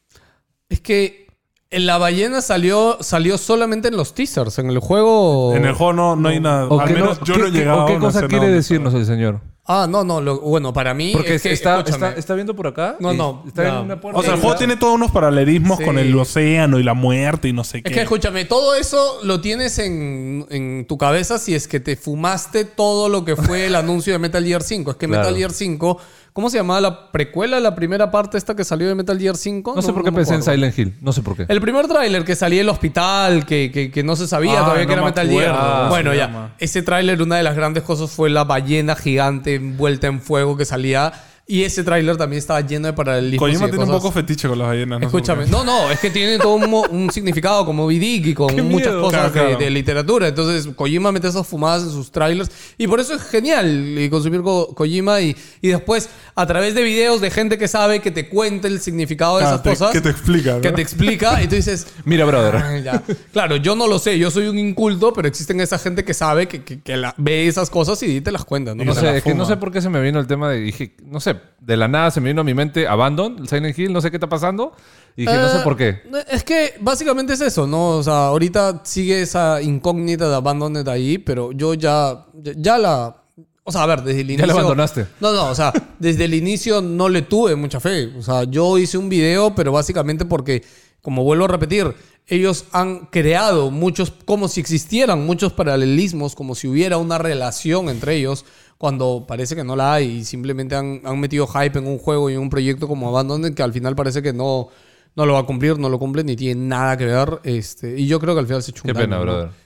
Es que la ballena salió solamente en los teasers. En el juego...
En el juego no hay nada.
¿O
Al
qué
menos
no-
yo
qué-
no he
qué-
llegado
¿O qué
a una
cosa
escena
quiere
donde
decirnos el señor?
Ah, no. Bueno, para mí
Porque
es que,
está
escúchame.
viendo por acá.
No,
y
no,
Está
ya.
en una puerta.
O sea, el juego tiene todos unos paralelismos
Sí.
con el océano y la muerte y no sé qué.
Es que escúchame, todo eso lo tienes en tu cabeza si es que te fumaste todo lo que fue el anuncio de Metal Gear 5. Es que
Claro.
Metal Gear 5, ¿cómo se llamaba la precuela, la primera parte esta que salió de Metal Gear 5?
No sé por qué
me
pensé en
acuerdo.
Silent Hill. No sé por qué.
El primer tráiler que salía el hospital, que no se sabía
Ah,
todavía
no
que era
me
Metal
acuerdo
Gear.
cómo
Bueno,
se
ya.
llama.
Ese tráiler, una de las grandes cosas fue la ballena gigante envuelta en fuego que salía. Y ese tráiler también estaba lleno de paralelismos. y
Kojima
de
tiene un
cosas.
poco fetiche con las ballenas. No sé
Escúchame,
por qué.
no, es que tiene todo un significado como Vidic y con
Qué
muchas
miedo.
cosas
Claro.
de literatura. Entonces, Kojima mete esas fumadas en sus trailers y por eso es genial consumir Kojima y después, a través de videos de gente que sabe, que te cuente el significado de esas cosas.
Que te explica, ¿no?
Que te explica y tú dices...
Mira, brother.
"Ah, ya". Claro, yo no lo sé, yo soy un inculto, pero existen esa gente que sabe, que ve esas cosas y te las cuenta, ¿no?
Y
No
se
sé,
la
es que no
fuma.
sé por qué se me vino el tema de... Dije, no sé, de la nada se me vino a mi mente Abandon, el Silent Hill, no sé qué está pasando. Y dije, no sé por qué.
Es que básicamente es eso, ¿no? O sea, ahorita sigue esa incógnita de Abandoned ahí, pero yo ya la... O sea, a ver, desde el inicio...
Ya la abandonaste.
No, o sea, desde el inicio no le tuve mucha fe. O sea, yo hice un video, pero básicamente porque, como vuelvo a repetir, ellos han creado muchos, como si existieran muchos paralelismos, como si hubiera una relación entre ellos, cuando parece que no la hay y simplemente han metido hype en un juego y en un proyecto como Abandoned que al final parece que no lo va a cumplir, no lo cumple, ni tiene nada que ver. Y yo creo que al final se echó un
Qué pena,
daño, ¿no?
brother.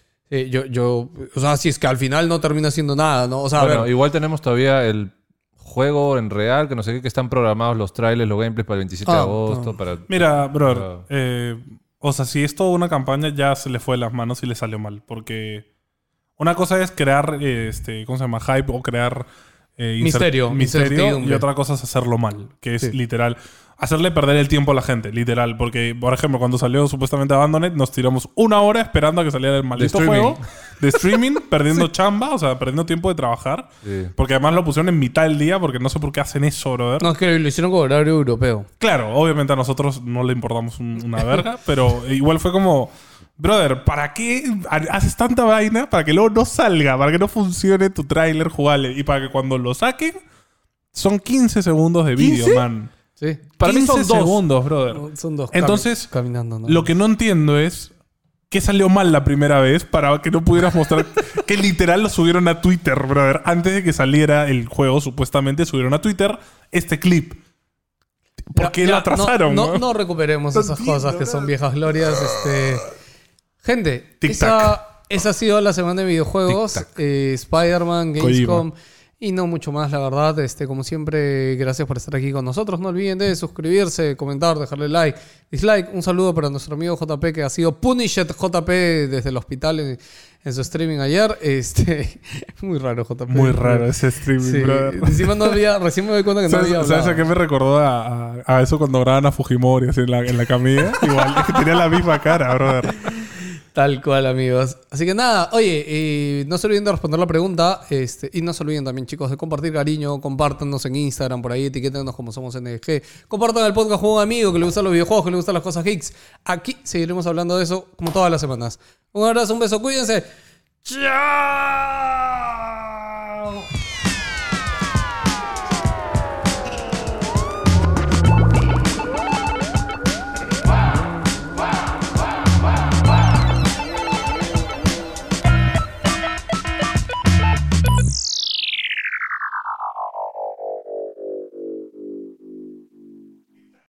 O sea, si es que al final no termina haciendo nada, ¿no? O sea, a
Bueno,
ver,
igual tenemos todavía el juego en real, que no sé qué, que están programados los trailers, los gameplays para el 27 de
Ah,
agosto.
no.
Para...
Mira, brother.
Ah.
O sea, si es toda una campaña, ya se le fue de las manos y le salió mal. Porque una cosa es crear, ¿cómo se llama? Hype o crear...
Misterio,
misterio y
incertidumbre.
otra cosa es hacerlo mal, que es
Sí.
literal hacerle perder el tiempo a la gente, literal, porque por ejemplo cuando salió supuestamente Abandoned nos tiramos 1 hora esperando a que saliera el maldito
streaming.
juego de streaming, perdiendo chamba, o sea, perdiendo tiempo de trabajar,
Sí.
porque además lo pusieron en mitad del día porque no sé por qué hacen eso, brother.
no, es que lo hicieron con horario europeo.
Claro, obviamente a nosotros no le importamos una verga, pero igual fue como, brother, ¿para qué haces tanta vaina para que luego no salga, para que no funcione tu tráiler jugable y para que cuando lo saquen son 15 segundos de vídeo,
¿15?
man?
Sí.
Para mí
15
son 2 segundos, brother.
Son dos.
Entonces,
caminando, ¿no?
Lo que no entiendo es qué salió mal la primera vez para que no pudieras mostrar que literal lo subieron a Twitter, brother. Antes de que saliera el juego, supuestamente subieron a Twitter este clip. ¿Por qué lo atrasaron?
No recuperemos
No
esas
entiendo,
cosas que son
brother.
viejas glorias. Gente,
Tic-tac.
esa ha sido la semana de videojuegos.
Tic-tac.
Spider-Man,
Kojima.
Gamescom y no mucho más, la verdad. Como siempre, gracias por estar aquí con nosotros. No olviden de suscribirse, comentar, dejarle like, dislike. Un saludo para nuestro amigo JP que ha sido Punished JP desde el hospital en su streaming ayer. Muy raro JP.
Muy raro ese streaming,
Sí.
brother.
Encima no había, recién me doy cuenta que no había
¿Sabes a
hablado.
qué me recordó a eso cuando graban a Fujimori así en la camilla? Igual, es que tenía la misma cara, brother.
Tal cual, amigos. Así que nada, oye, no se olviden de responder la pregunta. Y no se olviden también, chicos, de compartir cariño. Compártanos en Instagram, por ahí, etiquétenos como somos NG. Compartan el podcast con un amigo que le gustan los videojuegos, que le gustan las cosas geeks. Aquí seguiremos hablando de eso como todas las semanas. Un abrazo, un beso, cuídense. ¡Chao!